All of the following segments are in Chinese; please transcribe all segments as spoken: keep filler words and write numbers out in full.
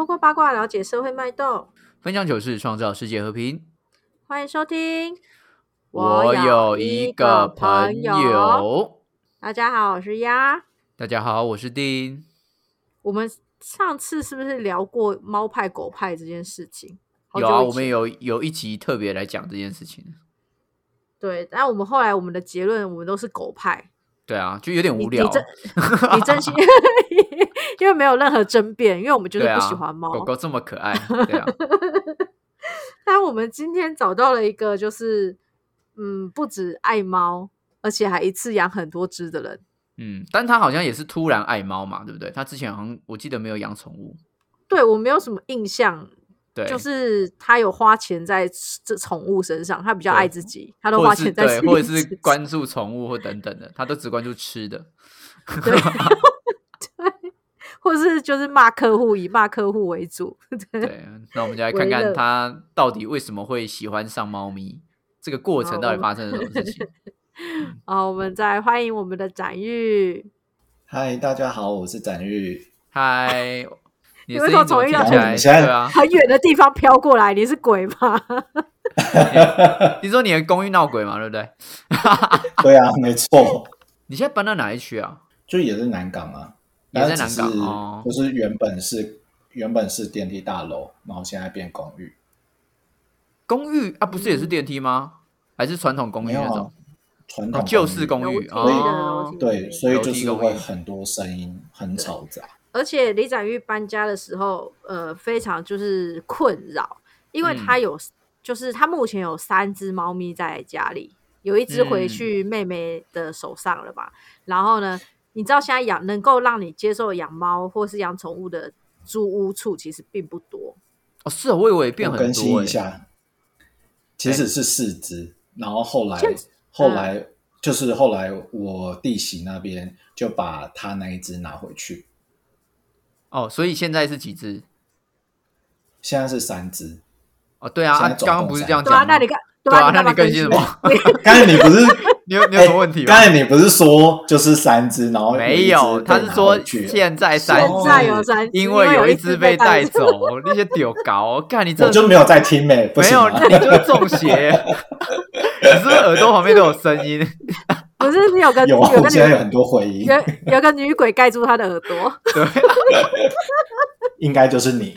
透过八卦了解社会脉动， 分享糗事，创造世界和平。 欢迎收听。 我有一个朋友， 大家好，我是鸭。 大家好，我是丁。 我们上次是不是聊过猫派狗派这件事情？ 有啊，我们有有一集特别来讲这件事情。 对，但我们后来我们的结论，我们都是狗派。 对啊，就有点无聊。 你, 你, 真, 你真心因为没有任何争辩，因为我们就是不喜欢猫、 啊、狗狗这么可爱。对啊。 但我们今天找到了一个就是嗯，不止爱猫，而且还一次养很多只的人。 嗯，但他好像也是突然爱猫嘛，对不对？他之前好像我记得没有养宠物。 对，我没有什么印象。 对， 就是他有花钱在这宠物身上，他比较爱自己，他都花钱在自己，或者是关注宠物或等等的，他都只关注吃的。 对，对，或是就是骂客户，以骂客户为主。对， 对，那我们就来看看他到底为什么会喜欢上猫咪，这个过程到底发生了什么事情。 好，我们再欢迎我们的展玉。 嗨，大家好，我是展玉。 嗨。 你为什么从一个很很远的地方飘过来？你是鬼吗？ 你说你的公寓闹鬼嘛，对不对？ 对啊，没错。 你现在搬到哪一区啊？ 就也是南港啊， 也在南港哦。 就是原本是原本是电梯大楼，然后现在变公寓。 公寓啊，不是也是电梯吗？还是传统公寓那种？ 传统旧式公寓哦。 对，所以就是会很多声音，很嘈杂。 而且李展玉搬家的时候，呃，非常就是困扰，因为他有、嗯，就是他目前有三只猫咪在家里，有一只回去妹妹的手上了吧、嗯。然后呢，你知道现在养能够让你接受养猫或是养宠物的租屋处其实并不多。 哦，是啊，我以为变很多、欸。 我更新一下，其实是四只，然后后来后来、嗯、就是后来我弟媳那边就把他那一只拿回去。 哦，所以现在是几只？ 现在是三只。 哦，对啊，刚刚不是这样讲吗？ 对啊，那你看， 对啊，那你更新什么？ 刚才你不是你有你有什么问题吗？ 刚才你不是说就是三只，然后没有，他是说现在三只， 现在有三只， 因为有一只被带走，那些丢搞，看你这我就没有在听没、欸， 没有，那你就是中邪，你是不是耳朵旁边都有声音？ 不是，你有个有， 有个现在有很多回音， 有有个女鬼盖住他的耳朵， 对， 应该就是你。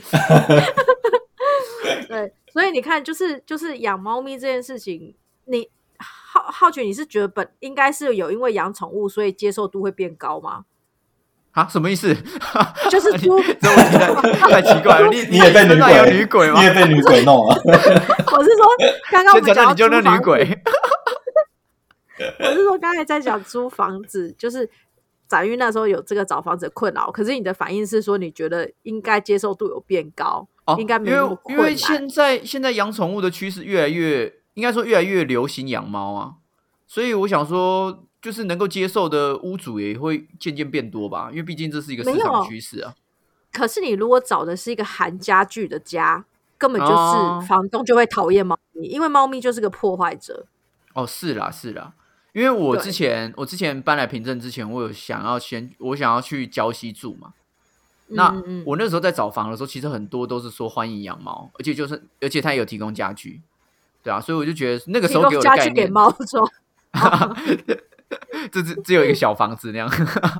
对，所以你看，就是就是养猫咪这件事情，你浩浩群，你是觉得本应该是有因为养宠物，所以接受度会变高吗？ 啊，什么意思？ 就是猪， 这问题太奇怪了。你你也被女鬼， 有女鬼吗？ 你也被女鬼弄了。 我是说，刚刚我们讲到你就那女鬼。 我是说，刚才在讲租房子，就是展玉那时候有这个找房子的困扰，可是你的反应是说，你觉得应该接受度有变高，哦、应该没那么困难。 因为因为现在现在养宠物的趋势越来越，应该说越来越流行养猫啊，所以我想说，就是能够接受的屋主也会渐渐变多吧，因为毕竟这是一个市场趋势啊。 可是你如果找的是一个含家具的家，根本就是房东就会讨厌猫咪，因为猫咪就是个破坏者。 哦，是啦是啦。因为我之前我之前搬来平镇之前，我有想要先我想要去礁溪住嘛。那嗯嗯我那时候在找房的时候，其实很多都是说欢迎养猫，而且就是而且他也有提供家具，对啊，所以我就觉得那个时候给我的概念， 提供家具给猫装， 这只只有一个小房子那样。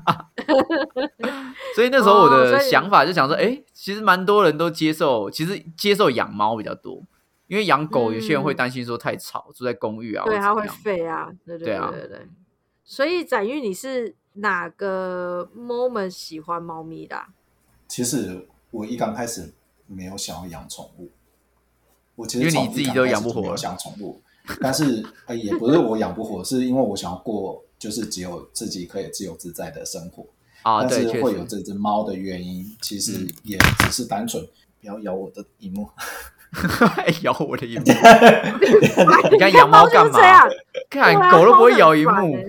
所以那时候我的想法就想说，哎、欸，其实蛮多人都接受，其实接受养猫比较多。因为养狗，有些人会担心说太吵，嗯、住在公寓啊， 对，它会吠啊，对对对对 对, 對。所以展玉，你是哪个 moment 喜欢猫咪的、啊？ 其实我一刚开始没有想要养宠物，我其实因为你自己都养不活， 没有想宠物，但是、呃、也不是我养不活，是因为我想要过就是只有自己可以自由自在的生活啊。 但是会有这只猫的原因，其实也只是单纯、嗯、不要咬我的萤幕。 咬我的萤幕！你看养猫干嘛？看、啊、狗都不会咬萤幕。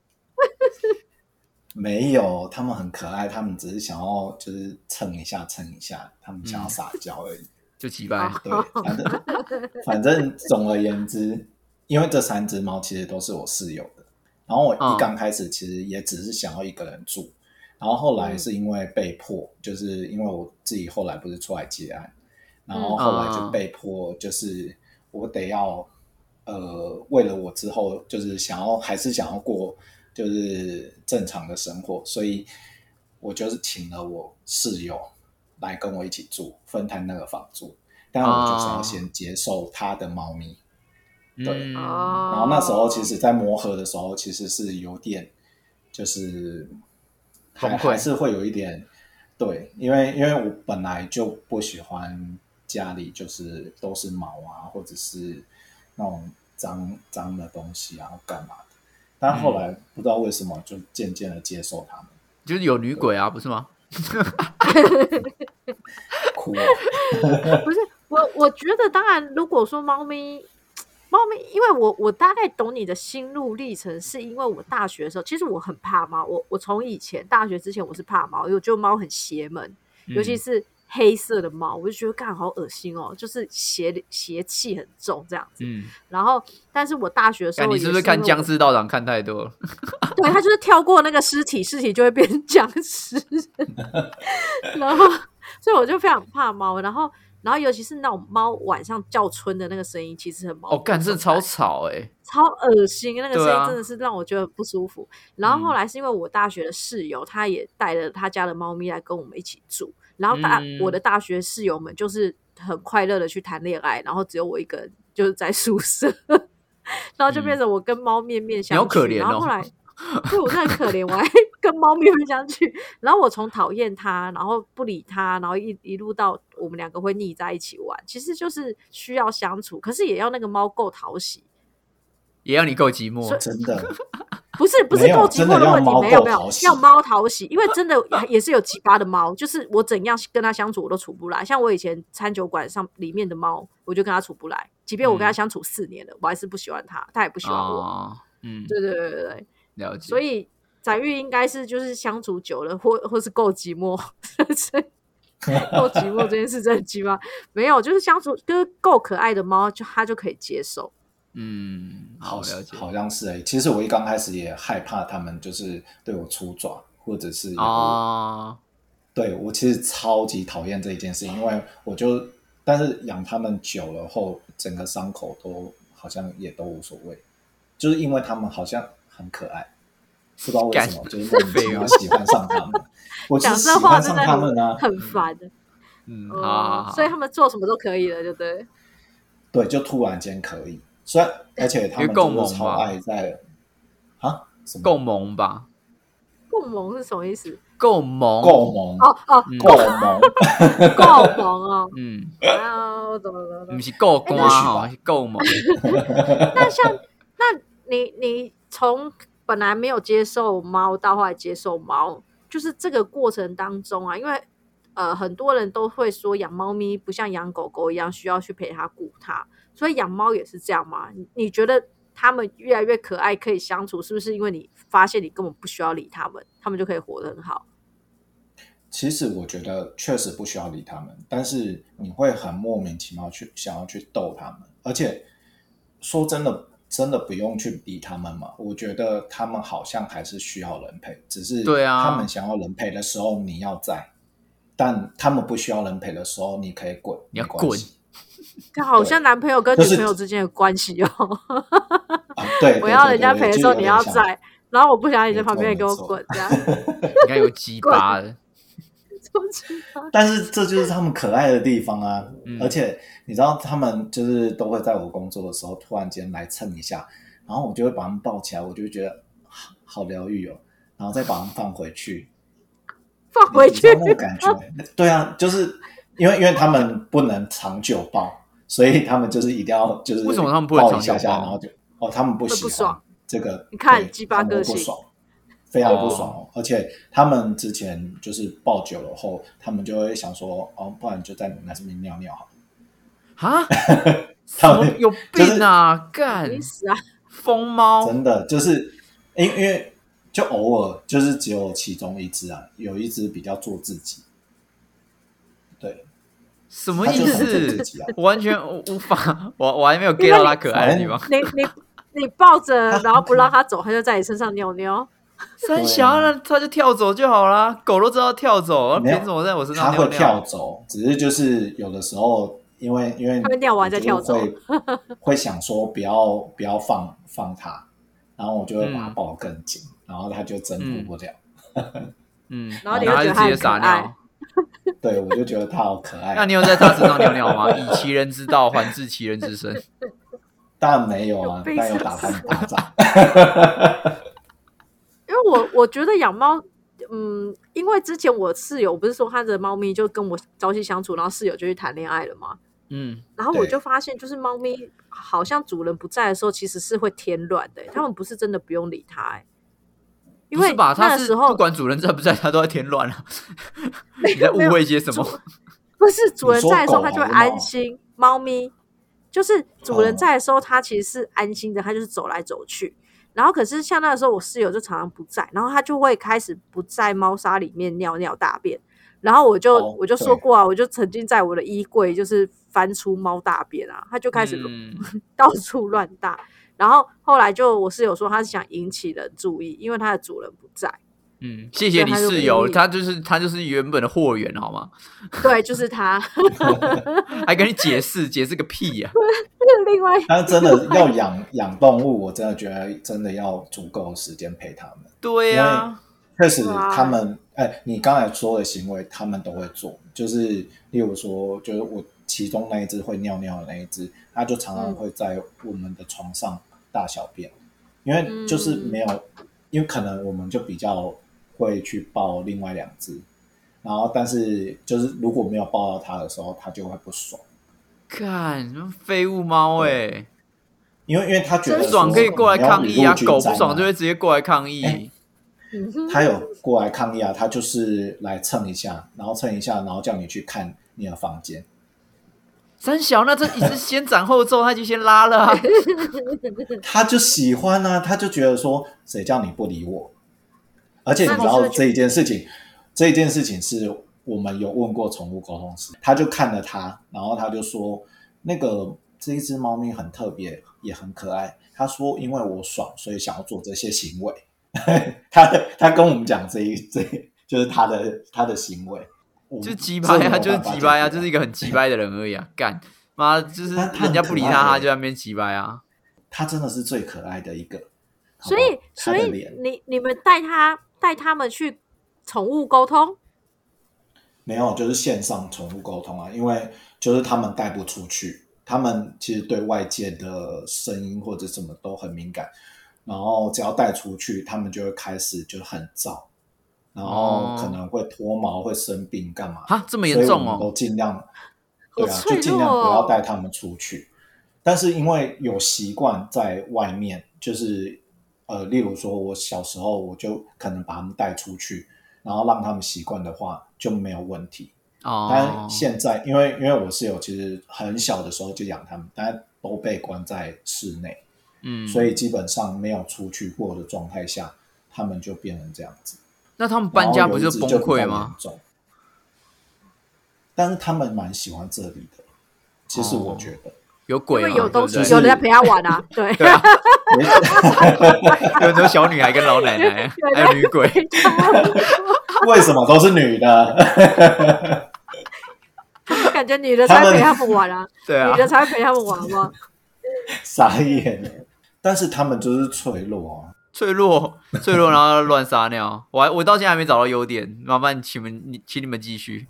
没有，他们很可爱，他们只是想要就是蹭一下蹭一下，他们想要撒娇而已，嗯、 就几掰。 对，反正反正总而言之，因为这三只猫其实都是我室友的，然后我一刚开始其实也只是想要一个人住， 然后后来是因为被迫，嗯、就是因为我自己后来不是出来接案，然后后来就被迫，就是我得要，呃，为了我之后就是想要还是想要过就是正常的生活，所以我就是请了我室友来跟我一起住，分摊那个房租，但我就是要先接受他的猫咪。对，嗯、然后那时候其实在磨合的时候其实是有点就是还还是会有一点对，因为因为我本来就不喜欢家里就是都是毛啊或者是那种脏脏的东西啊干嘛的，但后来不知道为什么就渐渐的接受他们， 就是有女鬼啊不是吗？ 哭哦不是我我觉得当然如果说猫咪猫咪，因为我我大概懂你的心路历程，是因为我大学的时候，其实我很怕猫。我我从以前大学之前我是怕猫，因为我觉得猫很邪门，嗯、尤其是黑色的猫，我就觉得干好恶心哦，就是邪邪气很重这样子。嗯、然后，但是我大学的时候也是， 你是不是看僵尸道长看太多了？ 对，他就是跳过那个尸体，尸体就会变僵尸。然后，所以我就非常怕猫，然后。然后尤其是那种猫晚上叫春的那个声音，其实很毛。 哦，干，真的超吵哎、欸， 超恶心，那个声音真的是让我觉得很不舒服。啊、然后后来是因为我大学的室友，他也带了他家的猫咪来跟我们一起住，然后大、嗯、我的大学室友们就是很快乐的去谈恋爱，然后只有我一个人就是在宿舍，然后就变成我跟猫面面相觑。 你好可怜哦。 然后后来，对我真的很可怜，我还跟猫面面相觑。然后我从讨厌它，然后不理它，然后一一路到我们两个会腻在一起玩，其实就是需要相处，可是也要那个猫够讨喜， 也要你够寂寞， 真的。 不是不是够寂寞的问题，没有没有，要猫讨喜，因为真的也是有奇葩的猫，就是我怎样跟它相处我都处不来。像我以前餐酒馆上里面的猫，我就跟它处不来，即便我跟它相处四年了，嗯、我还是不喜欢它，它也不喜欢我。 哦、嗯， 对对对对对， 了解。 所以展玉应该是就是相处久了，或或是够寂寞，够寂寞这件事真的奇葩。没有，就是相处跟够可爱的猫，就它就可以接受。 嗯，好了解， 好像是哎、欸。其实我一刚开始也害怕他们就是对我出爪，或者是哦， 对我其实超级讨厌这一件事，因为我就但是养他们久了后，整个伤口都好像也都无所谓，就是因为他们好像很可爱，不知道为什么就是莫名其妙喜欢上他们。我就是喜欢上他们啊， 很烦的。 嗯啊、哦，所以他们做什么都可以了，对不对？ 对，就突然间可以。虽然而且他们就是超爱在啊， 够萌吧？ 够萌是什么意思？ 够萌， 够萌哦哦， 够萌， 够萌哦。 嗯， 啊，我懂了懂了， 不是够乖哈，是够萌。 那像那你你从本来没有接受猫到后来接受猫，就是这个过程当中啊，因为呃很多人都会说养猫咪不像养狗狗一样需要去陪它顾它。所以养猫也是这样吗？你觉得他们越来越可爱可以相处，是不是因为你发现你根本不需要理他们，他们就可以活得很好？ 其实我觉得确实不需要理他们，但是你会很莫名其妙去想要去逗他们，而且说真的真的不用去理他们嘛，我觉得他们好像还是需要人陪，只是他们想要人陪的时候你要在，但他们不需要人陪的时候你可以滚， 你要滚， 好像男朋友跟女朋友之间的关系哦。 啊、对， 我要人家陪的时候你要在，然后我不想你在旁边给我滚，这样应该有鸡巴的。 但是这就是他们可爱的地方啊、嗯！而且你知道，他们就是都会在我工作的时候突然间来蹭一下，然后我就会把他们抱起来，我就会觉得好疗愈哦，然后再把他们放回去， 放回去那种感觉。对啊，就是因为因为他们不能长久抱，所以他们就是一定要就是为什么他们不能长久抱？ 抱一下下，然后就哦，他们不喜欢这个， 你看鸡巴个性。 非常不爽、哦、而且他们之前就是抱久了后，他们就会想说，哦，不然就在你那上面尿尿好了。 哈？他们有病啊！干、 就是，啊， 疯猫， 真的就是因为因为就偶尔就是只有其中一只啊，有一只比较做自己。对， 什么意思？啊、我完全无法，我我还没有 get 到他可爱的地方。 你你你抱着，然后不让他走，他就在你身上尿尿。 三小那它就跳走就好啦，狗都知道跳走，凭什么在我身上尿尿？它会跳走，只是就是有的时候，因为因为它尿完再跳走， 会会想说不要不要放放它，然后我就会把它抱得更紧，嗯、然后它就挣脱不了。 嗯， 然后你就觉得它直接撒尿。 对，我就觉得它好可爱。 那你有在它身上尿尿吗？以其人之道还治其人之身。 当然没有啊，但有打他们巴掌。 因为我我觉得养猫，嗯，因为之前我室友不是说他的猫咪就跟我朝夕相处，然后室友就去谈恋爱了嘛， 嗯， 然后我就发现，就是猫咪好像主人不在的时候，其实是会添乱的、欸，他们不是真的不用理它、欸，因为那时候不管主人在不在，它都在添乱啊。你在误会些什么？ 不是主人在的时候，它就会安心。猫咪就是主人在的时候，它其实是安心的，它就是走来走去。然后可是像那个时候，我室友就常常不在，然后它就会开始不在猫砂里面尿尿大便。然后我就、哦、我就说过啊，我就曾经在我的衣柜就是翻出猫大便啊，它就开始、嗯、到处乱大。然后后来就我室友说，他是想引起人注意，因为他的主人不在。 嗯，谢谢你室友，他就是他就是原本的货源，好吗？ 对，就是他， 还跟你解释解释个屁呀、啊！ 另外， 但真的要养养动物，我真的觉得真的要足够的时间陪他们。 对呀、啊， 确实他们，哎，你刚才说的行为，他们都会做，就是例如说，就是我其中那一只会尿尿的那一只，它就常常会在我们的床上大小便，因为就是没有，嗯、因为可能我们就比较。会去抱另外两只，然后但是就是如果没有抱到它的时候，它就会不爽。 看废物猫哎、欸， 因为因为它觉得爽可以过来抗议啊，狗不爽就会直接过来抗议。欸、 它有过来抗议啊，它就是来蹭一下，然后蹭一下，然后叫你去看你的房间。 三小，那这一直先斩后奏，他就先拉了、啊。 他就喜欢啊，他就觉得说，谁叫你不理我？而且你知道这一件事情，这一件事情是我们有问过宠物沟通师，他就看了它，然后他就说，那个这一只猫咪很特别，也很可爱。他说，因为我爽，所以想要做这些行为。他他跟我们讲这一这就是他的他的行为， 就鸡掰啊，就是鸡掰啊，就是一个很鸡掰的人而已啊！干妈就是人家不理他，他就在那边鸡掰啊。 他真的是最可爱的一个。 所以，所以你你们带他带他们去宠物沟通？ 没有，就是线上宠物沟通啊，因为就是他们带不出去，他们其实对外界的声音或者什么都很敏感，然后只要带出去，他们就会开始就很躁，然后可能会脱毛、会生病干嘛？ 啊，这么严重哦！ 都尽量，对啊，就尽量不要带他们出去。但是因为有习惯在外面，就是。呃，例如说我小时候我就可能把他们带出去，然后让他们习惯的话就没有问题。 哦， 但现在因为因为我室友其实很小的时候就养他们，但都被关在室内，嗯，所以基本上没有出去过的状态下，他们就变成这样子。 那他们搬家不就崩溃吗？ 但是他们蛮喜欢这里的，其实我觉得。 哦有鬼吗？ 因为有东西， 对对有人在陪他玩啊，对。 对啊，有很多小女孩跟老奶奶，还有女鬼。 为什么都是女的？ 感觉女的才陪他们玩啊， 对啊， 女的才会陪他们玩吗？ 傻眼。但是他们就是脆弱啊。 脆弱，脆弱，然后乱撒尿。我还我到现在还没找到优点，麻烦请们，请你们继续。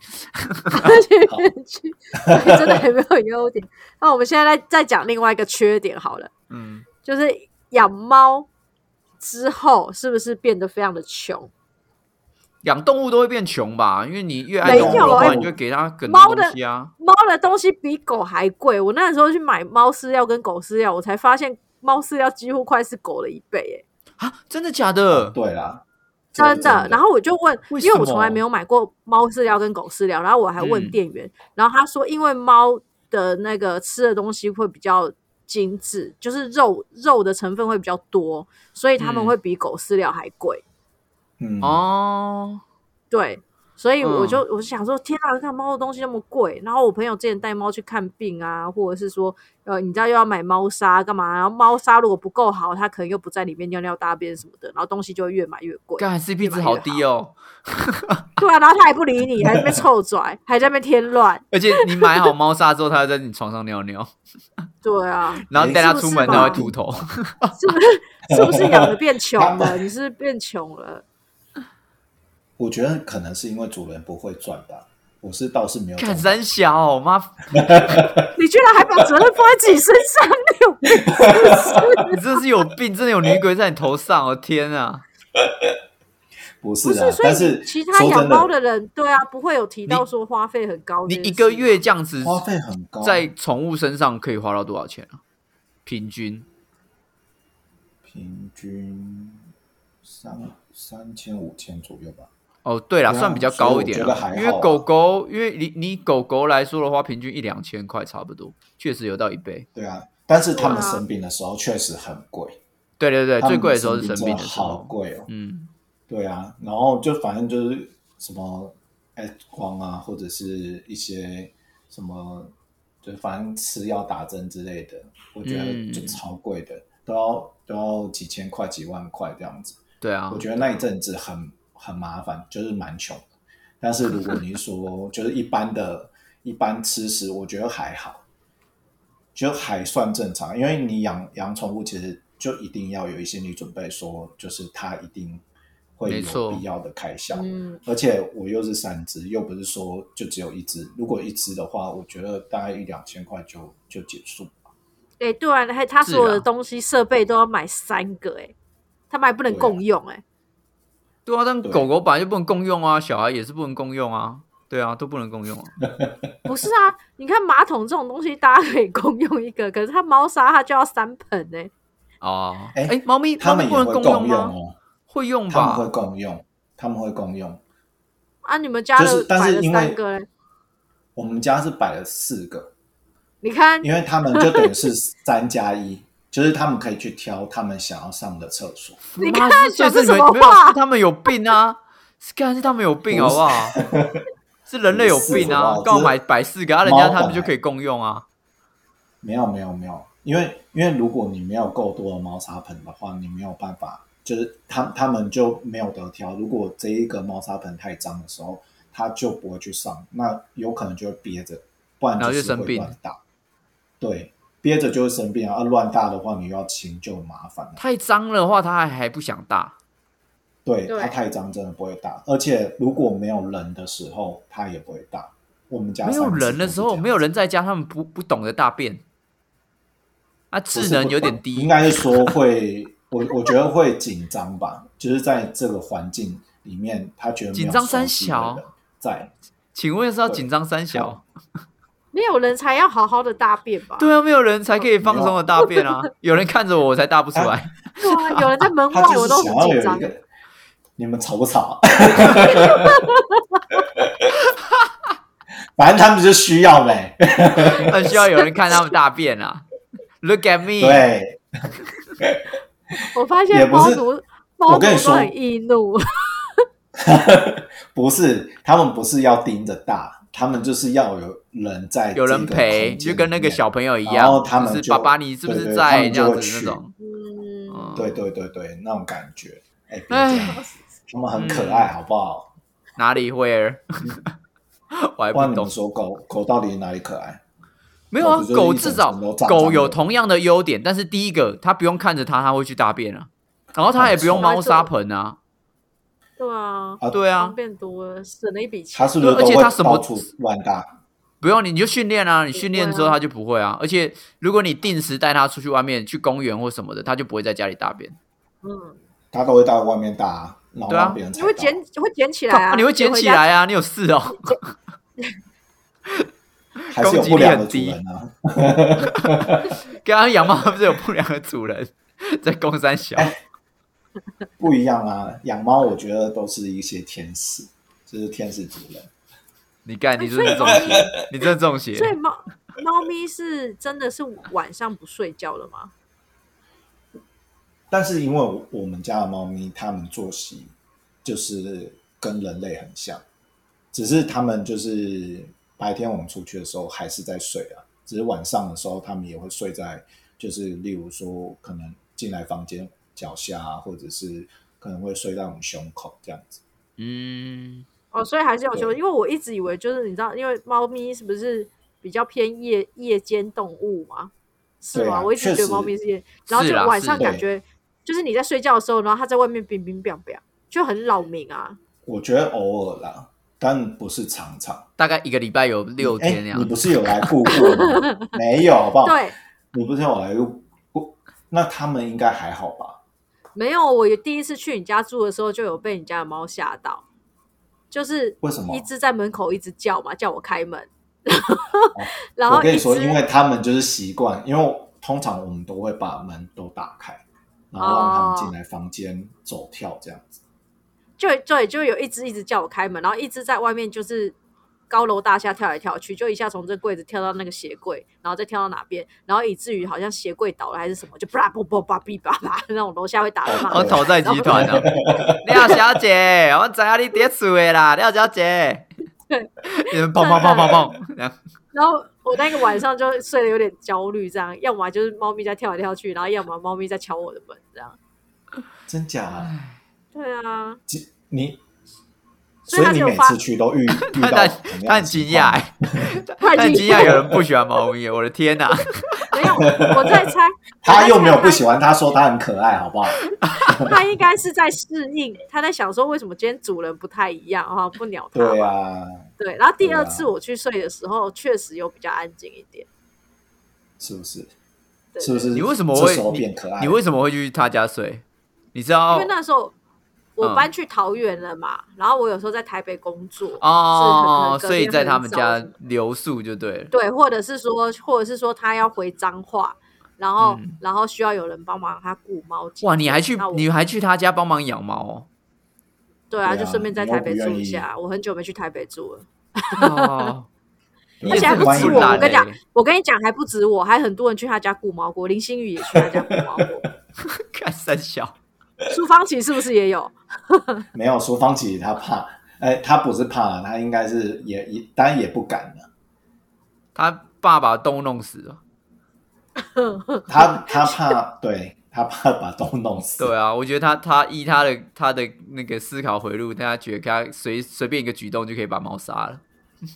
真的还没有优点。那我们现在再再讲另外一个缺点好了，嗯，就是养猫之后是不是变得非常的穷？ 养动物都会变穷吧，因为你越爱动物的话，欸、你就给它更多东西啊。 猫的东西比狗还贵。我那时候去买猫饲料跟狗饲料，我才发现猫饲料几乎快是狗的一倍、欸。 啊，真的假的？ 对啦， 真的。真的然后我就问，因为我从来没有买过猫饲料跟狗饲料，然后我还问店员，嗯、然后他说，因为猫的那个吃的东西会比较精致，就是肉肉的成分会比较多，所以他们会比狗饲料还贵。 嗯哦， 对， 所以我就、嗯、我就想说，天啊，看猫的东西那么贵。然后我朋友之前带猫去看病啊，或者是说，呃，你知道又要买猫砂干嘛？然后猫砂如果不够好，它可能又不在里面尿尿大便什么的，然后东西就会越买越贵。 干 C P 值好低哦。 对啊，然后他还不理你，还在那边臭拽，还在那边添乱。 而且你买好猫砂之后，它会在你床上尿尿。 对啊， 然后你带它出门，它会秃头。 是不是？是不是养的变穷了？你是不是变穷了？ 我觉得可能是因为主人不会赚吧，我是倒是没有。 看三小妈， 你居然还把责任放在自己身上，你有病是不是？ 你真是有病，真的有女鬼在你头上，我天啊！ 不是啊， 不是， 但是其他养猫的人，对啊，不会有提到说花费很高。 你一个月这样子， 花费很高， 在宠物身上可以花到多少钱啊？平均？ 平均三三千五千左右吧。 哦，对啦，算比较高一点啦， 啊、 因为狗狗，因为你你狗狗来说的话，平均一两千块差不多，确实有到一倍。 对啊，但是他们生病的时候确实很贵。 对对对，最贵的时候是生病的时候， 好贵哦。 嗯， 对啊，然后就反正就是什么 X 光啊，或者是一些什么，就反正吃药打针之类的，我觉得就超贵的，嗯、都要都要几千块、几万块这样子。 对啊， 我觉得那一阵子很。很麻烦，就是蛮穷的。但是如果你说就是一般的、一般吃食，我觉得还好，就还算正常。因为你养养宠物，其实就一定要有一些心理准备，说就是它一定会有必要的开销。嗯、而且我又是三只，又不是说就只有一只。如果一只的话，我觉得大概一两千块就就结束。 哎、欸，对啊，他所有的东西设备都要买三个、欸，哎，他们还不能共用、欸，哎。 对啊，但狗狗本来就不能共用啊，小孩也是不能共用啊，对啊，都不能共用啊。 不是啊，你看马桶这种东西，大家可以共用一个，可是它猫砂它就要三盆呢、欸。 哦，哎、欸，猫咪他们不能共用吗？ 哦、 会用吧？ 他们会共用，他们会共用。 啊，你们家的摆了三个、欸就是、我们家是摆了四个。 你看， 因为他们就等于是三加一。就是他们可以去挑他们想要上的厕所。 你看讲是什么话？ 是他们有病啊！是干是他们有病好不好？是人类有病啊！干嘛买摆四个啊？人家他们就可以共用啊？ 没有没有没有，因为因为如果你没有够多的猫砂盆的话，你没有办法，就是他他们就没有得挑。如果这一个猫砂盆太脏的时候，他就不会去上，那有可能就会憋着，不然就是会乱大。对。憋着就会生病啊！乱大的话，你又要清就很麻烦了。 太脏的话，它还还不想大。 对，它太脏真的不会大，而且如果没有人的时候，它也不会大。我们家没有人的时候，没有人在家，他们不不懂得大便，啊，智能有点低。 应该是说会，我我觉得会紧张吧，就是在这个环境里面，他觉得紧张三小在。 请问是要紧张三小？ 没有人才要好好的大便吧？ 对啊，没有人才可以放松的大便啊！有人看着我，我才大不出来。 对啊，有人在门外，我都很紧张。 你们吵不吵？反正他们就需要呗， 很需要有人看他们大便啊。Look at me。 对， 我发现猫奴猫奴都很易怒。 不是，他们不是要盯着大。他们就是要有人在， 有人陪，就跟那个小朋友一样。 然后他们就是爸爸，你是不是在这样子那种？ 嗯，对对对对，那种感觉。哎，别这样子，他们很可爱，好不好？ 哪里 ？Where？ 我还不懂。 你们说狗狗到底哪里可爱？ 没有啊，狗至少狗有同样的优点，但是第一个，它不用看着它，它会去大便啊，然后它也不用猫砂盆啊。 对啊， 啊对啊， 方便多了，省了一笔钱。 他是不是都会到处乱大？ 不用，你就训练啊，你训练之后他就不会啊。而且如果你定时带他出去外面去公园或什么的，他就不会在家里大便。 嗯， 他都会到外面大啊，然后让别人踩到。 你会捡，会捡起来啊？ 你会捡起来啊？你有事哦？ 还是有不良的主人啊？ 刚刚养猫不是有不良的主人在公三小？ 欸不一样啊，养猫我觉得都是一些天使，就是天使主人。 你干，你真的中邪，你真的中邪。 所以猫猫咪是真的是晚上不睡觉的吗？ 但是因为我们家的猫咪，它们作息就是跟人类很像， 只是他们就是白天我们出去的时候还是在睡啊，只是晚上的时候他们也会睡在，就是例如说可能进来房间脚下啊，或者是可能会睡在我们胸口这样子。 嗯， 哦，所以还是有休息，因为我一直以为就是你知道，因为猫咪是不是比较偏夜夜间动物嘛？是吗？ 啊、 我一直觉得猫咪是夜，然后就晚上感觉就是你在睡觉的时候，然后它在外面冰冰冰冰，就很扰民啊。 我觉得偶尔啦，但不是常常， 大概一个礼拜有六天那样。 你不是有来顾过吗？没有，好不好？ 对， 你不是有来顾，那他们应该还好吧？ 没有，我第一次去你家住的时候，就有被你家的猫吓到，就是为什么？ 一直在门口一直叫嘛，叫我开门。 哦、 然后我跟你说，因为他们就是习惯，因为通常我们都会把门都打开，然后让他们进来房间走跳这样子。 就对，就有一只一直叫我开门，然后一直在外面就是高楼大厦跳来跳去，就一下从这柜子跳到那个鞋柜，然后再跳到哪边，然后以至于好像鞋柜倒了还是什么，就啪啵啵叭哔叭叭那种楼下会打的骂。 哦，讨债集团啊！廖小姐，我知道你在厝的啦，廖小姐。对，你们砰砰砰砰砰。 然后我那个晚上就睡得有点焦虑，这样，要么就是猫咪在跳来跳去，然后要么猫咪在敲我的门，这样。 真假、啊？ 对啊， 你，所以你每次去都遇遇到他很惊讶，他很惊讶有人不喜欢猫咪，我的天哪！ 没有，我在猜， 他又没有不喜欢，他说他很可爱，好不好？ 他应该是在适应，他在想说为什么今天主人不太一样哈，不鸟他。 对啊， 对。然后第二次我去睡的时候，确实有比较安静一点， 是不是？是不是？ 你为什么会变可爱？ 你为什么会去他家睡？你知道？ 因为那时候我搬去桃园了嘛，嗯、然后我有时候在台北工作哦，所以在他们家留宿就对了。 对，或者是说，或者是说他要回彰化。然后、嗯，然后需要有人帮忙他顾猫。 哇，你还去，你还去他家帮忙养猫哦？ 对啊，就顺便在台北住一下。我很久没去台北住了。 哦， 而且还不止我，我跟你讲，我跟你讲还不止我，还很多人去他家顾猫过。林心宇也去他家顾猫过。 看三小， 苏芳琪是不是也有？ 没有，苏芳琪他怕，哎，他不是怕，他应该是也也，当然也不敢了。 他爸把动物弄死了。 他他怕，对他怕把动物弄死。 对啊，我觉得他他依他的他的那个思考回路，他觉得他随随便一个举动就可以把猫杀了。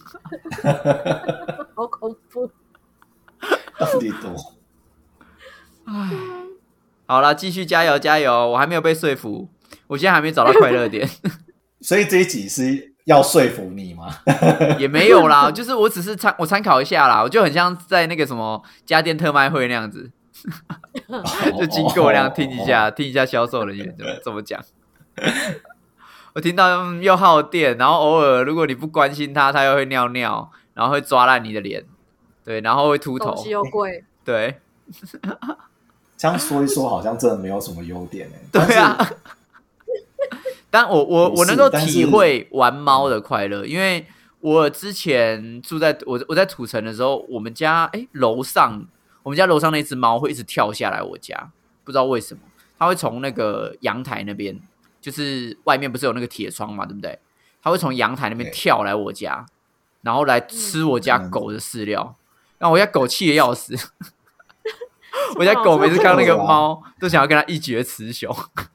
好恐怖！ 到底多？ 唉，好了，继续加油加油！我还没有被说服，我现在还没找到快乐点。 所以这一集是要说服你吗？ 也没有啦，就是我只是参我参考一下啦，我就很像在那个什么家电特卖会那样子，就经过那样听一下，听一下销售人员怎么怎么讲。我听到、嗯、又耗电，然后偶尔如果你不关心它，它又会尿尿，然后会抓烂你的脸，对，然后会秃头， 东西又贵， 对。 这样说一说，好像真的没有什么优点哎。 对啊。但我我我能够体会玩猫的快乐，因为我之前住在我我在土城的时候，我们家哎楼上我们家楼上那只猫会一直跳下来我家，不知道为什么，它会从那个阳台那边，就是外面不是有那个铁窗嘛，对不对？它会从阳台那边跳来我家，然后来吃我家狗的饲料，让我家狗气得要死。我家狗每次看到那个猫，都想要跟它一决雌雄。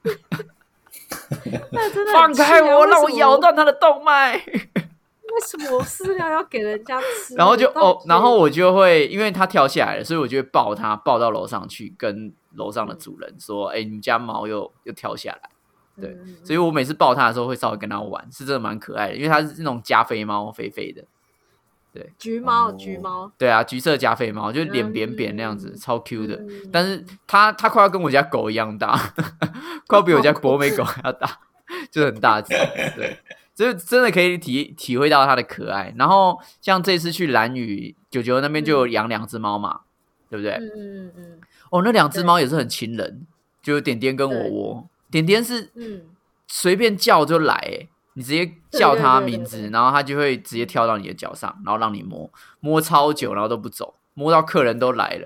放开我，让我咬断它的动脉。 为什么饲料要给人家吃？ 然后就哦，然后我就会，因为它跳下来了，所以我就会抱它，抱到楼上去，跟楼上的主人说：“哎、嗯欸，你们家猫又又跳下来。”对、嗯，所以我每次抱它的时候，会稍微跟它玩，是真的蛮可爱的，因为它是那种加菲猫，肥肥的。对， 橘猫，橘猫， 对啊，橘色加菲猫，就脸扁扁那样子，嗯、超 Q 的。嗯、但是它它快要跟我家狗一样大，快要比我家博美狗还要大，就很大只。对，所以真的可以体体会到它的可爱。然后像这次去兰屿，九九那边就有养两只猫嘛，对不对？嗯嗯嗯。哦，那两只猫也是很亲人，就点点跟我窝。点点是随便叫就来、欸。你直接叫它名字，然后它就会直接跳到你的脚上，然后让你摸，摸超久，然后都不走，摸到客人都来了，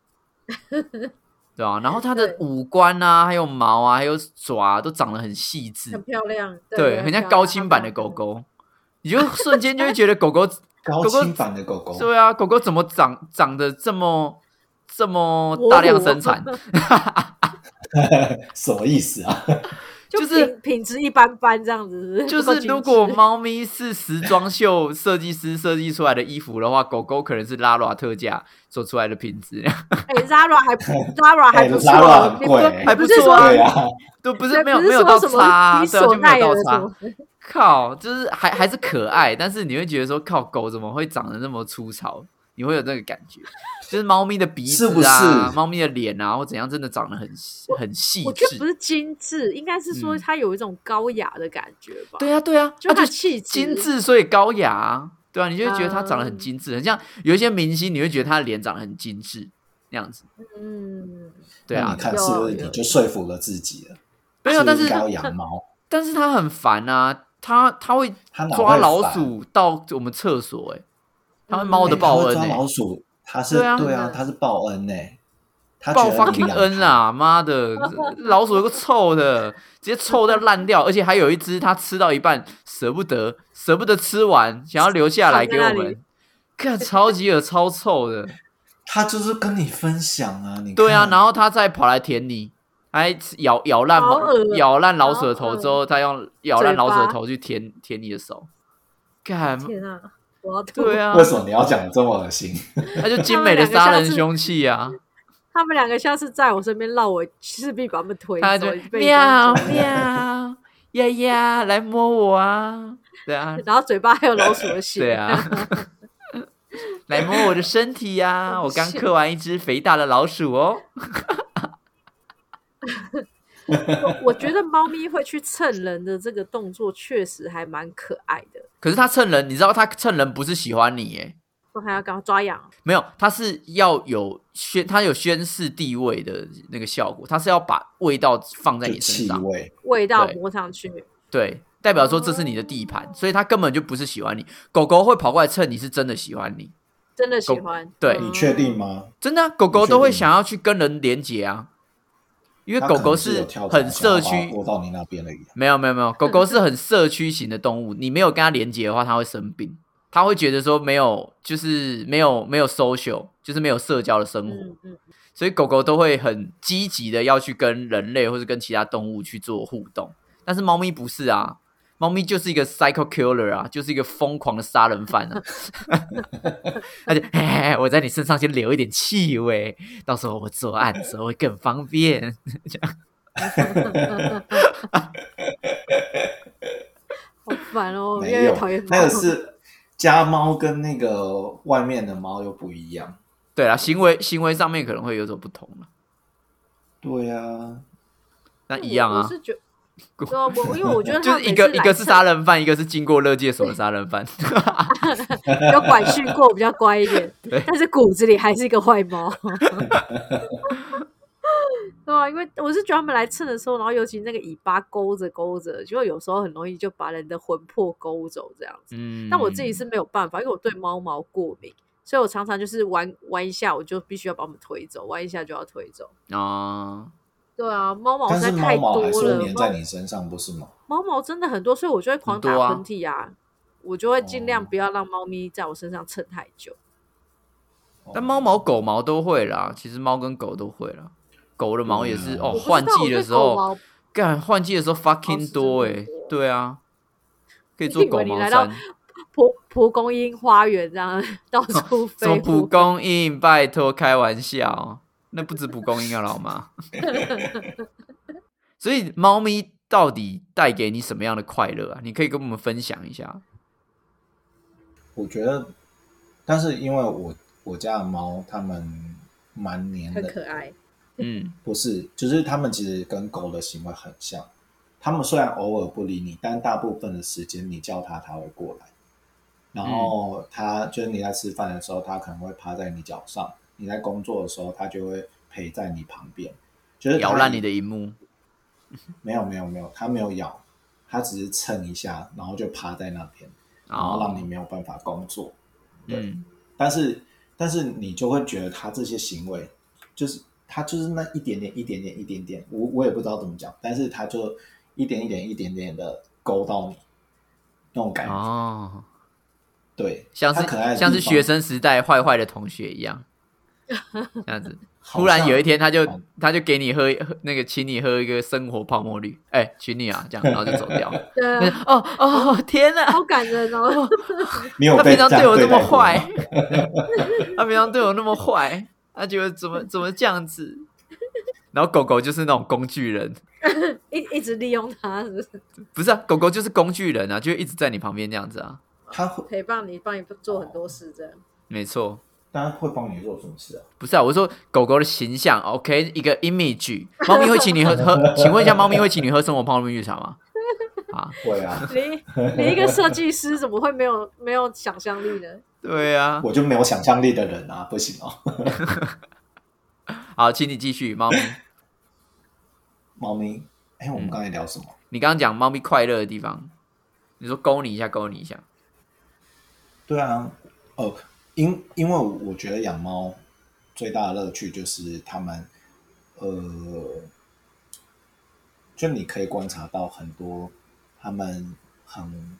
对啊，然后它的五官啊，还有毛啊，还有爪、啊、都长得很细致， 很漂亮， 对，对很像高清版的狗狗。 你就瞬间就会觉得狗狗高清版的狗狗， 对啊，狗狗怎么长长得这么这么大量生产？ 什么意思啊？ 就是品品质一般般这样子。 就是如果猫咪是时装秀设计师设计出来的衣服的话，狗狗可能是 Zara 特价做出来的品质。 哎 ，Zara 还 Zara 还不错， Zara 很贵， 还不错啊， 对啊， 都不是没有没有到差，对啊，就没有到差。 什靠，就是还还是可爱，但是你会觉得说，靠，狗怎么会长得那么粗糙？你会有那个感觉，就是猫咪的鼻子啊， 是不是猫咪的脸啊，或怎样，真的长得很很细致。 我觉得不是精致，应该是说它有一种高雅的感觉吧。 嗯、对啊，对啊， 就它气质、 啊、精致，所以高雅，对啊，你就会觉得它长得很精致，嗯、很像有一些明星，你会觉得他的脸长得很精致那样子。 嗯， 对啊，你看是不是你就说服了自己了？ 没有，但是应该要养猫， 但是它很烦啊，它它会抓老鼠到我们厕所、欸，哎，它会猫的报恩、欸， 抓老鼠。他是对啊，对啊他是报恩呢、欸，他报 fucking 恩啊！妈的，老鼠有个臭的，直接臭到烂掉，而且还有一只，它吃到一半舍不得，舍不得吃完，想要留下来给我们，看超级恶超臭的。 他就是跟你分享啊，你对啊，然后他再跑来舔你，还咬咬烂咬烂老鼠的头之后，他用咬烂老鼠的头去舔舔你的手，干天啊！ 对啊， 为什么你要讲的这么恶心？ 他就精美的杀人凶器啊！ 他们两个下次在我身边绕我，势必把他们推走。 他就喵喵呀呀，来摸我啊！对啊， 然后嘴巴还有老鼠的血。 对啊，来摸我的身体呀、啊！我刚嗑完一只肥大的老鼠哦。 我, 我觉得猫咪会去蹭人的这个动作确实还蛮可爱的。 可是它蹭人，你知道它蹭人不是喜欢你耶， 我还要刚抓痒。没有，它是要有宣，它有宣示地位的那个效果，它是要把味道放在你身上， 味味道摸上去， 对，对，代表说这是你的地盘，哦、所以它根本就不是喜欢你。狗狗会跑过来蹭你，是真的喜欢你， 真的喜欢。 对， 你确定吗？ 真的、啊，狗狗都会想要去跟人连结啊。因为狗狗是很社区， 过到你那边而已。 没有没有没有，狗狗是很社区型的动物，你没有跟它连结的话，它会生病，它会觉得说没有，就是没有没有 social， 就是没有社交的生活，嗯嗯、所以狗狗都会很积极的要去跟人类或是跟其他动物去做互动，但是猫咪不是啊。猫咪就是一个 psycho killer 啊，就是一个疯狂的杀人犯啊！他就嘿嘿，我在你身上先留一点气味，到时候我作案的时候会更方便。这样， 好烦哦！ 没有， 越来越讨厌猫。 那个是家猫跟那个外面的猫又不一样。 对啦，行为行为上面可能会有所不同了。 对啊， 那一样啊。 我是觉得。对啊，我因为我觉得就是一个一个是杀人犯，一个是经过勒戒手的杀人犯， 有管训过，比较乖一点，但是骨子里还是一个坏猫。对啊，因为我是觉得他们来蹭的时候，然后尤其那个尾巴勾着勾着，就有时候很容易就把人的魂魄勾走这样子。嗯，但我自己是没有办法，因为我对猫毛过敏，所以我常常就是玩玩一下，我就必须要把它们推走，玩一下就要推走啊。对啊，猫毛实在太多了， 但是猫毛还是会粘在你身上，不是吗？ 猫毛真的很多，所以我就会狂打喷嚏啊，啊我就会尽量不要让猫咪在我身上蹭太久。 哦、但猫毛、狗毛都会啦，其实猫跟狗都会啦。狗的毛也是、嗯、哦，换季的时候，干换季的时候 fucking 多哎、欸，对啊，可以做狗毛衫。 蒲蒲公英花园这样到处飞， 做蒲公英，拜托开玩笑。那不止蒲公英啊，老妈。所以猫咪到底带给你什么样的快乐啊？你可以跟我们分享一下。 我觉得，但是因为我我家的猫，它们蛮黏的， 很可爱。 嗯， 不是，就是它们其实跟狗的行为很像。它们虽然偶尔不理你，但大部分的时间你叫它，它会过来。然后它就是你在吃饭的时候，它可能会趴在你脚上。你在工作的时候，它就会陪在你旁边，就是咬烂你的萤幕。 没有没有没有，它没有咬，它只是蹭一下，然后就趴在那边，然后让你没有办法工作。哦、对，嗯、但是但是你就会觉得它这些行为，就是它就是那一点点一点点一点点，我我也不知道怎么讲，但是它就一点一点一点点的勾到你， 那种感觉。哦，对， 像是像是学生时代坏坏的同学一样，这样子。突然有一天他就他就给你喝那个，请你喝一个生活泡沫绿，哎、欸，请你啊，这样，然后就走掉了。 对啊， 哦哦，天哪， 好感人哦！ 没有他平常对我那么坏，他平常对我那么坏，他觉得怎么怎么这样子？然后狗狗就是那种工具人， 一一直利用他，是不是？ 不是啊，狗狗就是工具人啊，就一直在你旁边这样子啊， 他陪伴你，帮你做很多事，这样。 没错。 但会帮你做什么事啊？ 不是啊，我说狗狗的形象 ，OK， 一个 image。猫咪会请你喝喝，请问一下，猫咪会请你喝生活泡沫绿茶吗？ 啊，会啊。 你你一个设计师怎么会没有没有想象力呢？ 对啊， 我就没有想象力的人啊，不行哦。 好，请你继续，猫咪。 猫咪，哎、欸，我们刚才聊什么？ 嗯、你刚刚讲猫咪快乐的地方，你说勾你一下，勾你一下。 对啊，哦。因因为我觉得养猫最大的乐趣就是它们，呃，就你可以观察到很多它们很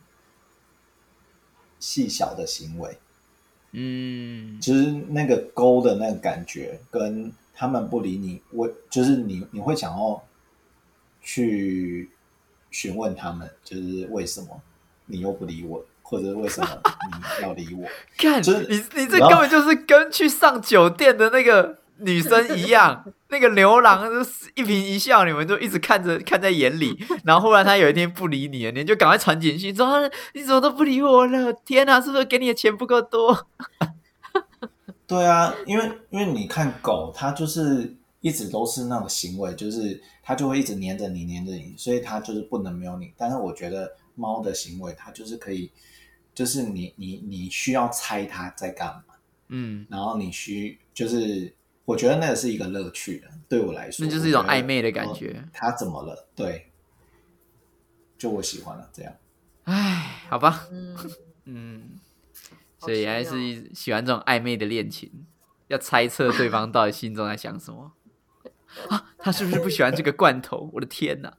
细小的行为，嗯，就是那个勾的那个感觉，跟他们不理你，我就是你你会想要去询问他们，就是为什么你又不理我？或者为什么你要理我？ 看、 就是、 你，你这根本就是跟去上酒店的那个女生一样，那个牛郎一颦一笑，你们就一直看着看在眼里，然后忽然他有一天不理你了，你就赶快传简讯说、啊、你怎么都不理我了？天哪，是不是给你的钱不够多？ 对啊，因为因为你看狗，它就是一直都是那种行为，就是它就会一直黏着你，黏着你，所以它就是不能没有你。但是我觉得猫的行为，它就是可以。就是你你你需要猜他在干嘛，嗯，然后你需就是我觉得那个是一个乐趣的，对我来说， 那就是一种暧昧的感觉。 哦、他怎么了？对，就我喜欢了这样。 唉，好吧，嗯嗯，所以还是喜欢这种暧昧的恋情，要猜测对方到底心中在想什么啊？他是不是不喜欢这个罐头？我的天哪！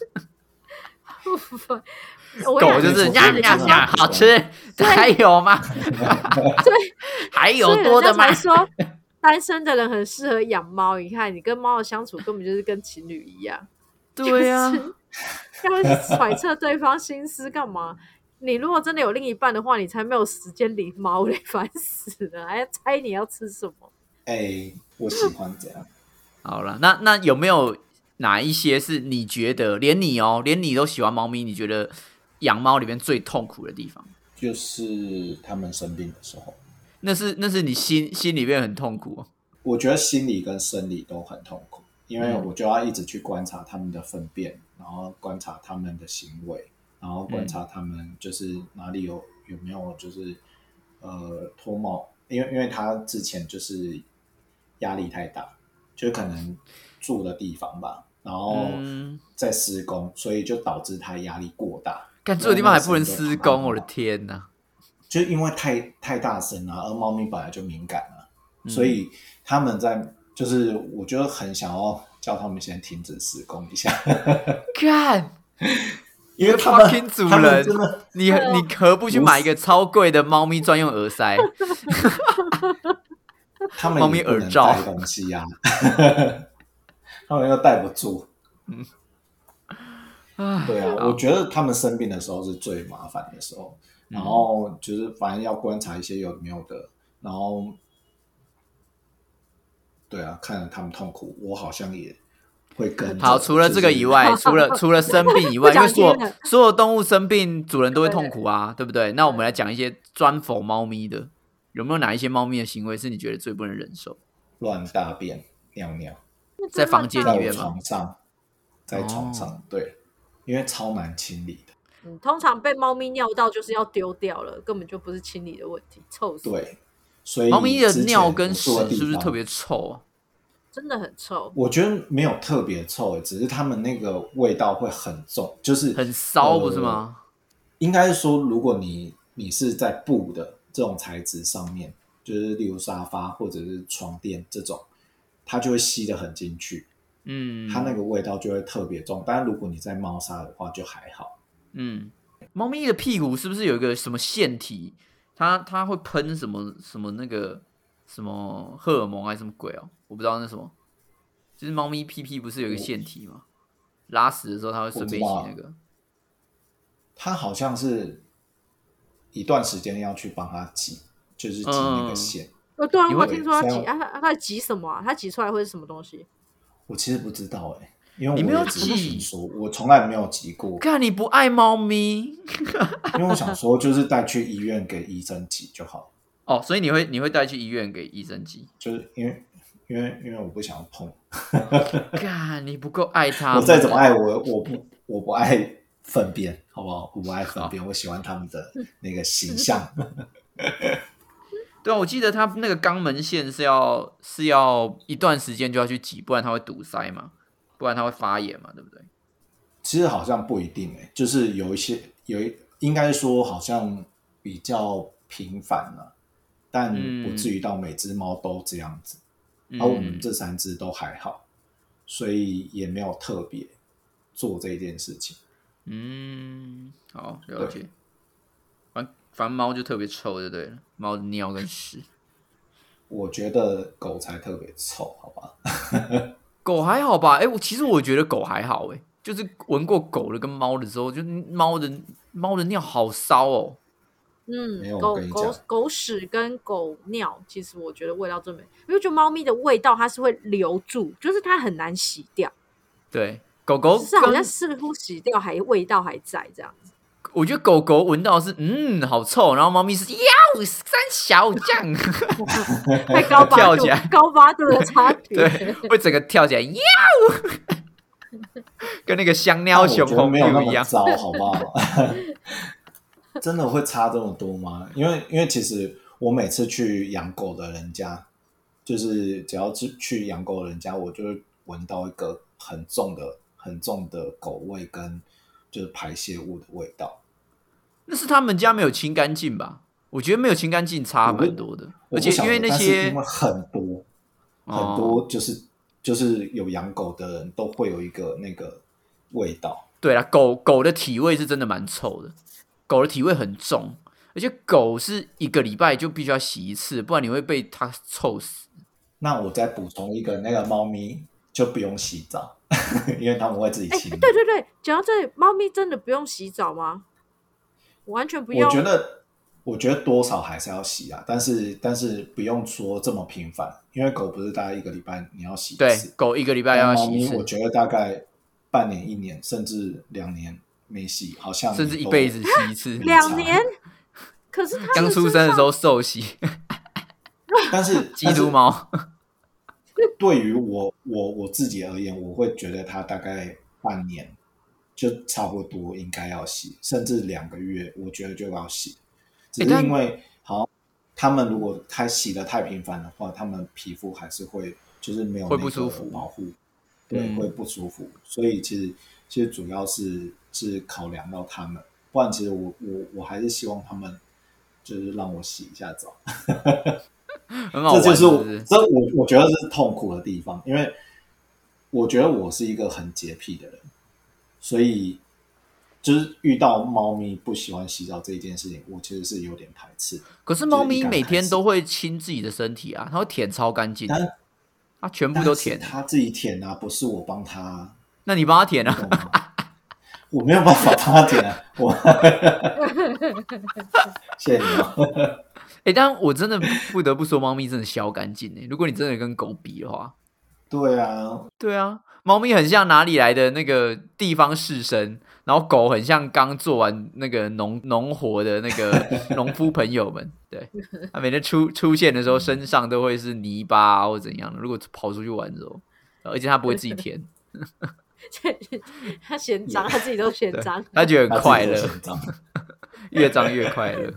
狗就是呀呀呀，好吃，还有吗？ 对， 还有多的吗？ 所以人家才说单身的人很适合养猫。你看，你跟猫的相处根本就是跟情侣一样。 对呀、啊， 就是、要揣测对方心思干嘛？你如果真的有另一半的话，你才没有时间理猫嘞，烦死了，还要猜你要吃什么？ 哎、欸，我喜欢这样。 好了，那那有没有哪一些是你觉得连你哦，连你都喜欢猫咪，你觉得？养猫里面最痛苦的地方， 就是他们生病的时候。 那是那是你心心里面很痛苦、哦。 我觉得心理跟生理都很痛苦，因为我就要一直去观察他们的粪便，然后观察他们的行为，然后观察他们就是哪里有有没有就是呃脱毛，因为因为他之前就是压力太大，就可能住的地方吧，然后在施工，所以就导致他压力过大。 干住的地方还不能施工，我的天哪！ 就因为太太大声了、啊，而猫咪本来就敏感了、啊嗯，所以他们在就是我觉得很想要叫他们先停止施工一下。 干， 因为他们主人，你你何不去买一个超贵的猫咪专用耳塞？ 他们也不能带东西呀、啊，他们又带不住。嗯。对啊，我觉得他们生病的时候是最麻烦的时候，然后就是反正要观察一些有没有的，然后对啊，看着他们痛苦，我好像也会跟。 好，除了这个以外，除了除了生病以外，因为所有所有动物生病，主人都会痛苦啊， 对, 对不对？那我们来讲一些专否猫咪的，有没有哪一些猫咪的行为是你觉得最不能忍受？ 乱大便、尿尿， 在房间里面吗？ 在床上，在床上，哦、对。因为超难清理的， 嗯，通常被猫咪尿到就是要丢掉了，根本就不是清理的问题，臭死。 对，所以猫咪的尿跟屎是不是特别臭啊？ 真的很臭。 我觉得没有特别臭，只是它们那个味道会很重，就是很骚，不是吗？ 呃、应该是说，如果你你是在布的这种材质上面，就是例如沙发或者是床垫这种，它就会吸得很进去。嗯，它那个味道就会特别重，但是如果你在猫砂的话就还好。嗯， 猫咪的屁股是不是有一个什么腺体？它它会喷什么什么那个什么荷尔蒙还是什么鬼哦？我不知道那什么。就是猫咪屁屁不是有一个腺体吗？拉屎的时候它会顺便一起那个。 它好像是一段时间要去帮它挤，就是挤那个线。 哦、嗯，对啊，我听说要挤啊，它它挤什么啊？它挤出来会是什么东西？ 我其实不知道哎、欸。因为你没有挤，说我从来没有挤过。 看你不爱猫咪， 因为我想说，就是带去医院给医生挤就好。 哦，所以你会你会带去医院给医生挤， 就是因为因为因为我不想要碰。 干，你不够爱它。 我再怎么爱我，我不我不爱粪便，好不好？我不爱粪便，我喜欢他们的那个形象。 对啊，我记得它那个肛门腺是要是要一段时间就要去挤，不然它会堵塞嘛，不然它会发炎嘛，对不对？ 其实好像不一定诶、欸，就是有一些有一应该说好像比较频繁了，但不至于到每只猫都这样子。而、嗯啊、我们这三只都还好，所以也没有特别做这件事情。 嗯，好，了解。反正猫就特别臭就对了，猫的尿跟屎。 我觉得狗才特别臭，好吧？ 狗还好吧？哎、欸，我其实我觉得狗还好、欸，哎，就是闻过狗的跟猫的之后，就猫的猫的尿好骚哦。 嗯，狗狗狗屎跟狗尿，其实我觉得味道最美，因为觉得猫咪的味道它是会留住，就是它很难洗掉。 对，狗狗是好像似乎洗掉还味道还在这样子。 我觉得狗狗闻到是嗯好臭，然后猫咪是呀三小这样， 太高八度， 跳起来高八度的差别， 对，会整个跳起来呀，跟那个香尿熊红没有那么糟，好不好？真的会差这么多吗？因为因为其实我每次去养狗的人家，就是只要去养狗的人家，我就会闻到一个很重的、很重的狗味跟就是排泄物的味道。 那是他们家没有清干净吧？我觉得没有清干净差蛮多的，而且因为那些因为很多、哦、很多就是就是有养狗的人都会有一个那个味道。 对啦，狗狗的体味是真的蛮臭的，狗的体味很重，而且狗是一个礼拜就必须要洗一次，不然你会被它臭死。 那我再补充一个，那个猫咪就不用洗澡，因为他们会自己清。 欸、对对对，讲到这里，猫咪真的不用洗澡吗？完全不用。 我觉得，我觉得多少还是要洗啊，但是但是不用说这么频繁，因为狗不是大概一个礼拜你要洗一次， 对，狗一个礼拜要洗一次。 我觉得大概半年、一年，甚至两年没洗，好像甚至一辈子洗一次。 两年，可是它刚出生的时候受洗。 但是基督猫。 对于我我我自己而言，我会觉得它大概半年就差不多应该要洗，甚至两个月，我觉得就要洗。只是因为好，他们如果太洗的太频繁的话，他们皮肤还是会就是没有那个保护，对、嗯，会不舒服。所以其实其实主要是是考量到他们，不然其实我我我还是希望他们就是让我洗一下澡。 很好玩， 这就是我是不是这我我觉得是痛苦的地方，因为我觉得我是一个很洁癖的人，所以就是遇到猫咪不喜欢洗澡这一件事情，我其实是有点排斥。 可是猫咪每天都会亲自己的身体啊，它会舔超干净，它全部都舔， 它自己舔啊，不是我帮它。 那你帮它舔啊？ 我没有办法帮它舔啊，我谢谢你哦。 哎、欸，但我真的不得不说，猫咪真的消干净哎。如果你真的跟狗比的话， 对啊， 对啊，猫咪很像哪里来的那个地方士绅，然后狗很像刚做完那个农农活的那个农夫朋友们。对，它每天出出现的时候，身上都会是泥巴、啊、或怎样的。如果跑出去玩的时候，而且它不会自己舔， 它嫌脏，它自己都嫌脏， 它觉得很快乐，越脏越快乐。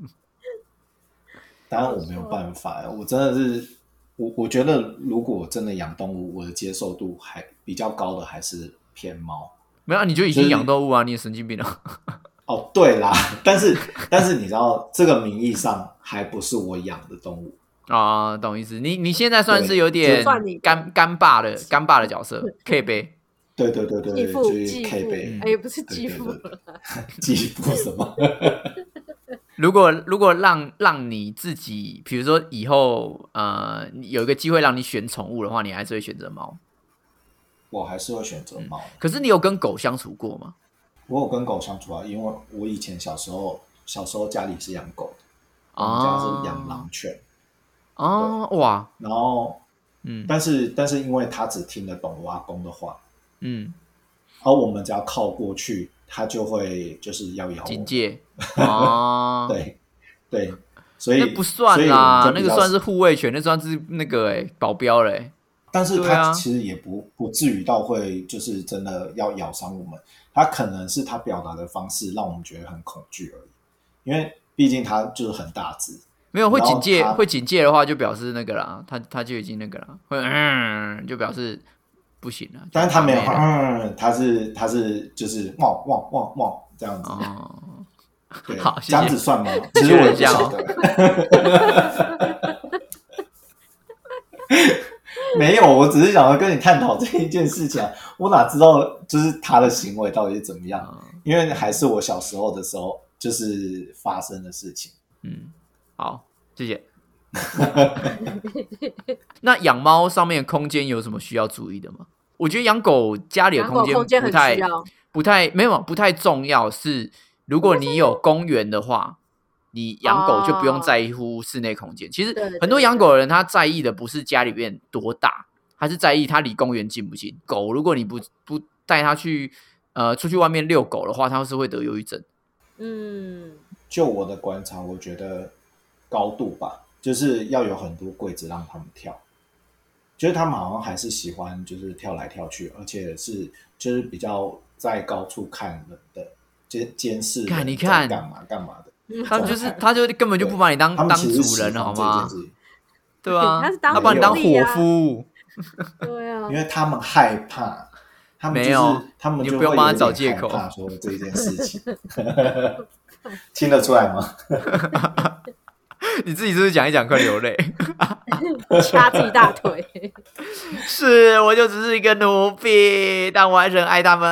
当然我没有办法，我真的是我我觉得如果真的养动物，我的接受度还比较高的还是偏猫。 没有、啊，你就已经养动物啊，就是、你也神经病啊。 哦，对啦，但是但是你知道，这个名义上还不是我养的动物啊，懂意思？你你现在算是有点干干爸的干爸的角色，可以背。 对对对对， 继父就是继 K 父， 杯， 哎，不是继父， 继父什么？ 如果如果让让你自己，比如说以后呃有一个机会让你选宠物的话，你还是会选择猫？ 我还是会选择猫、嗯。 可是你有跟狗相处过吗？ 我有跟狗相处啊，因为我以前小时候小时候家里是养狗的，我们家是养狼犬。 哦，哇， 然后嗯， 但是但是因为他只听得懂我阿公的话， 嗯， 而我们只要靠过去，他就会就是要咬我， 警戒哦， 对对，所以那不算啦，那个算是护卫犬，那算是那个哎、欸、保镖嘞、欸。 但是他其实也不、啊、不至于到会就是真的要咬伤我们，他可能是他表达的方式让我们觉得很恐惧而已，因为毕竟他就是很大只。 没有会警戒，会警戒的话就表示那个啦，他他就已经那个了，会嗯就表示不行了。 但是他没有嗯，他是他是就是汪汪汪汪这样子。 哦， 对， 好，谢谢这样子算吗？其实我也不晓得。没有，我只是想要跟你探讨这一件事情、啊。我哪知道就是他的行为到底是怎么样？嗯、因为还是我小时候的时候就是发生的事情。 嗯。好，谢谢。那养猫上面的空间有什么需要注意的吗？我觉得养狗家里的空间不太、不太没有不太重要。是如果你有公园的话，你养狗就不用在乎室内空间。其实很多养狗的人，他在意的不是家里面多大，他是在意他离公园近不近。狗如果你不不带它去呃出去外面遛狗的话，它是会得忧郁症。 嗯， 就我的观察，我觉得。高度吧，就是要有很多柜子让他们跳，就是他们好像还是喜欢就是跳来跳去，而且是就是比较在高处看人的监监视人你看干嘛干嘛的， 他就是他就根本就不把你当当主人好吗？对啊， 他是当他把你当伙夫， 对啊， 因为他们害怕，他们就是没有他们就你不用帮他找借口， 害怕说这件事情，听得出来吗？ 你自己是不是讲一讲快流泪？ 掐自己大腿。 是，我就只是一个奴婢，但我还是很爱他们。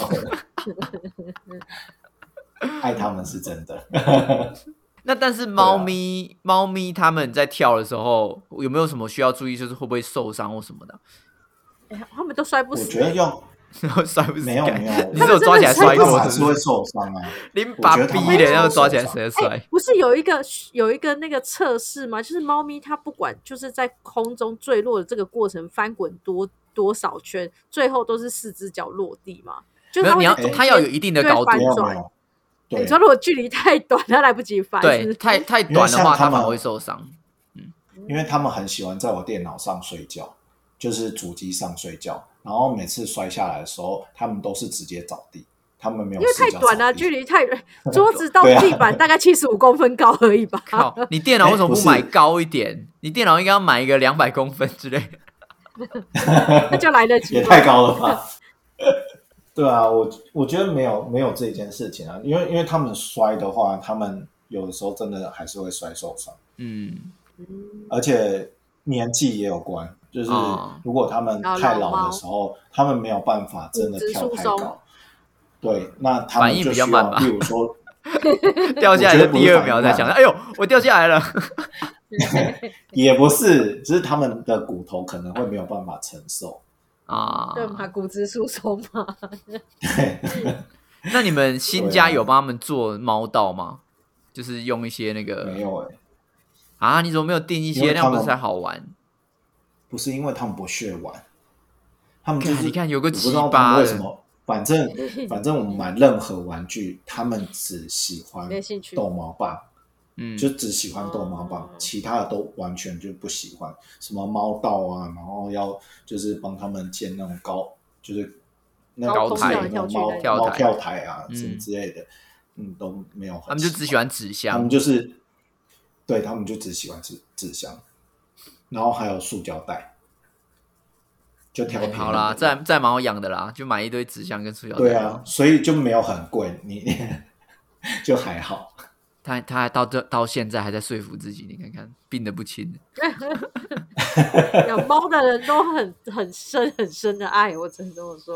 爱他们是真的。 那但是猫咪，啊、猫咪他们在跳的时候有没有什么需要注意？就是会不会受伤或什么的？ 欸、他们都摔不死。 我觉得要。 摔不死， 没有没有， 你只有抓起来摔过， 还是会受伤啊！ 你把逼的，要抓起来谁摔、欸？ 不是有一个有一个那个测试吗？就是猫咪它不管就是在空中坠落的这个过程翻滚多多少圈，最后都是四只脚落地嘛？就是它你要它要有一定的高度。 对， 你说如果距离太短，它来不及翻。 对，太太短的话，它反而会受伤。 嗯，因为他们很喜欢在我电脑上睡觉，就是主机上睡觉。然后每次摔下来的时候，他们都是直接着地，他们没有。 因为太短了，距离太远，桌子到地板大概七十五公分高而已吧。 靠，你电脑为什么不买高一点？你电脑应该要买一个两百公分之类的。 那就来得及。 也太高了吧？对啊，我我觉得没有没有这件事情啊，因为因为他们摔的话，他们有的时候真的还是会摔受伤。 嗯， 而且年纪也有关。就是如果他们太老的时候，哦、他们没有办法真的跳太高，对，那他们就需要，比如说掉下来的第二秒才想到，哎呦，我掉下来了。 也不是，只是他们的骨头可能会没有办法承受啊， 对嘛，骨质疏松嘛。 对。 那你们新家有帮他们做猫道吗？就是用一些那个没有哎、欸， 啊，你怎么没有订一些？那样不是才好玩？ 不是因为他们不屑玩，他们就是你看有个鸡巴为什么？反正反正我们买任何玩具，他们只喜欢逗猫棒，嗯，就只喜欢逗猫棒，哦、其他的都完全就不喜欢。什么猫道啊，然后要就是帮他们建那种高，就是那高台猫猫跳台啊、嗯、什么之类的，嗯，都没有很喜欢。 他们就只喜欢纸箱， 他们就是对他们就只喜欢纸纸箱。然后还有塑胶袋，就挑便宜、嗯、 好啦，再再蛮好养的啦，就买一堆纸箱跟塑胶袋。 对啊，所以就没有很贵，你就还好。 他他到这到现在还在说服自己，你看看，病得不轻。 养猫的人都很很深很深的爱，我只能这么说。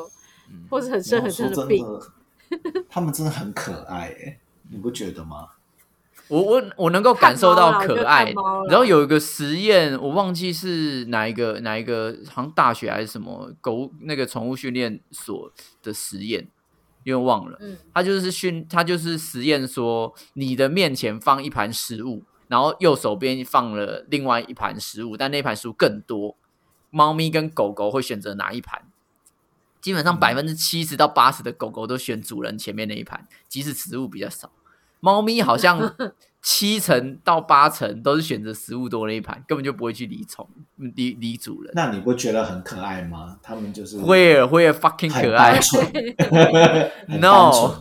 嗯、或者很深很深的病。 他们真的很可爱耶，你不觉得吗？ 我我我能够感受到可爱。然后有一个实验，我忘记是哪一个哪一个，好像大学还是什么狗那个宠物训练所的实验，因为忘了。嗯，他就是训，他就是实验说，你的面前放一盘食物，然后右手边放了另外一盘食物，但那盘食物更多，猫咪跟狗狗会选择哪一盘？基本上百分之七十到八十的狗狗都选主人前面那一盘，即使食物比较少。猫咪好像七成到八成都是选择食物多那一盘，根本就不会去理宠理理主人。 那你不觉得很可爱吗？他们就是会儿会儿 fucking 可爱。No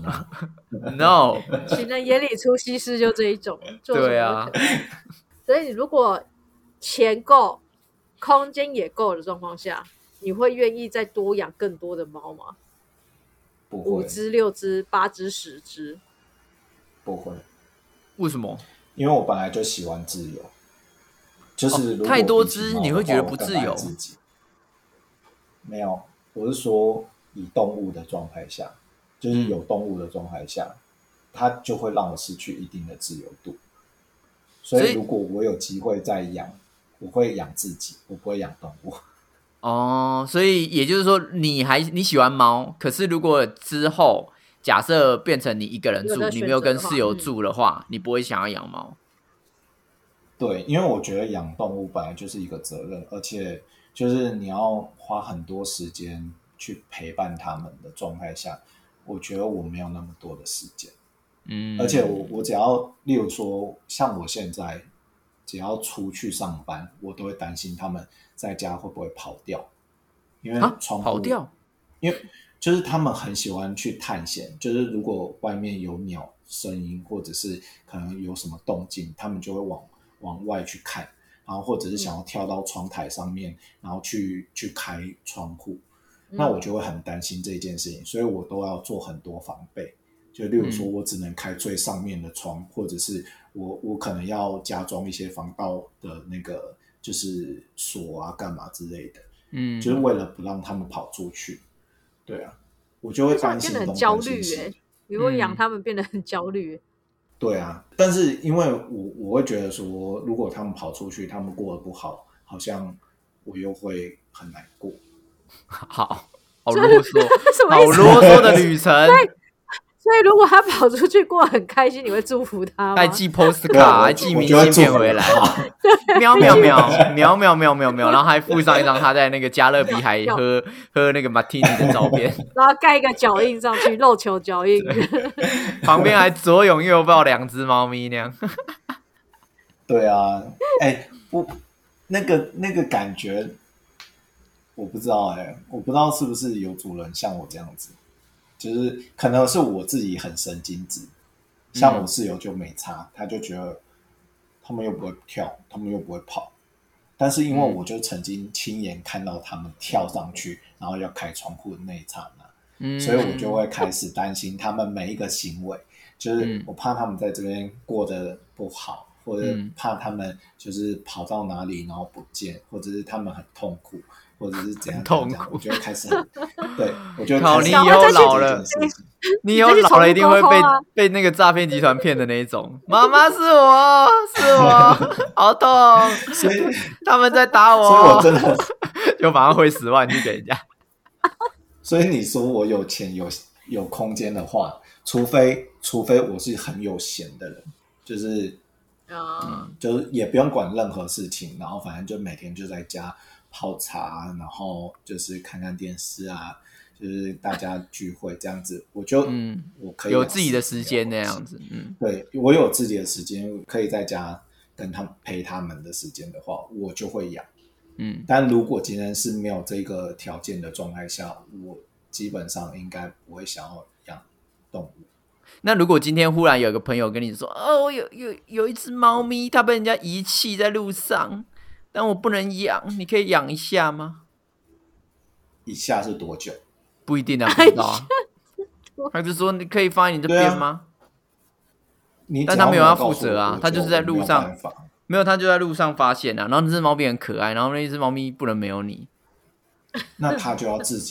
No， 情人眼里出西施就这一种。 对啊， 所以如果钱够、空间也够的状况下，你会愿意再多养更多的猫吗？ 不会。 五只、六只、八只、十只。 不会。 为什么？ 因为我本来就喜欢自由，就是如果、哦、 太多只你会觉得不自由。 自己没有，我是说以动物的状态下，就是有动物的状态下、嗯、它就会让我失去一定的自由度。所以如果我有机会再养，我会养自己，我不会养动物。 哦，所以也就是说，你还你喜欢猫，可是如果之后假设变成你一个人住，你没有跟室友住的话、嗯、你不会想要养猫。 对，因为我觉得养动物本来就是一个责任，而且就是你要花很多时间去陪伴他们的状态下，我觉得我没有那么多的时间。嗯，而且我我只要例如说像我现在只要出去上班，我都会担心他们在家会不会跑掉，因为窗户、啊、 跑掉， 因为就是他们很喜欢去探险，就是如果外面有鸟声音或者是可能有什么动静，他们就会往往外去看，然后或者是想要跳到窗台上面、嗯、然后去去开窗户、嗯、那我就会很担心这件事情，所以我都要做很多防备，就例如说我只能开最上面的窗、嗯、或者是我我可能要加装一些防盗的那个就是锁啊干嘛之类的，嗯，就是为了不让他们跑出去。对啊，我就会担心东担心西， 变得很焦虑耶，你会养他们变得很焦虑、嗯、 对啊，但是因为我我会觉得说如果他们跑出去他们过得不好，好像我又会很难过。 好好啰嗦好啰嗦的旅程。 所以如果他跑出去过得很开心，你会祝福他吗？ 还寄 postcard 还寄明信片回来，喵喵喵喵喵喵喵喵，然后还附上一张他在那个加勒比海喝喝那个 martini 的照片， 然后盖一个脚印上去，肉球脚印， 旁边还左拥右抱两只猫咪那样。 对啊，哎、欸，我那个那个感觉，我不知道哎、欸，我不知道是不是有主人像我这样子。就是可能是我自己很神经质，像我室友就没差、嗯、他就觉得他们又不会跳，他们又不会跑，但是因为我就曾经亲眼看到他们跳上去然后要开窗户的那一刹那、嗯、所以我就会开始担心他们每一个行为，就是我怕他们在这边过得不好，或者怕他们就是跑到哪里然后不见，或者是他们很痛苦，或者是怎样痛苦，我就会开始很对，我就会开始你以后老了，你以后老了一定会被被那个诈骗集团骗的那一种。妈妈是我，是我，好痛，所以他们在打我， 所以我真的就马上汇十万去给人家。 所以你说我有钱有有空间的话，除非除非我是很有闲的人，就是。嗯，就是也不用管任何事情，然后反正就每天就在家泡茶，然后就是看看电视啊，就是大家聚会这样子，我就、嗯、我可以有自己的时间那样子，嗯， 对，我有自己的时间，可以在家跟他们陪他们的时间的话，我就会养，嗯，但如果今天是没有这个条件的状态下，我基本上应该不会想要养动物。 那如果今天忽然有一个朋友跟你说，哦，我有有有一只猫咪，它被人家遗弃在路上，但我不能养，你可以养一下吗？ 一下是多久？ 不一定啊，不知道啊。还是说你可以放在你这边吗？ 你但他没有要负责啊，他就是在路上，没有, 没有他就在路上发现啊，然后那只猫咪很可爱，然后那只猫咪不能没有你， 那他就要自己。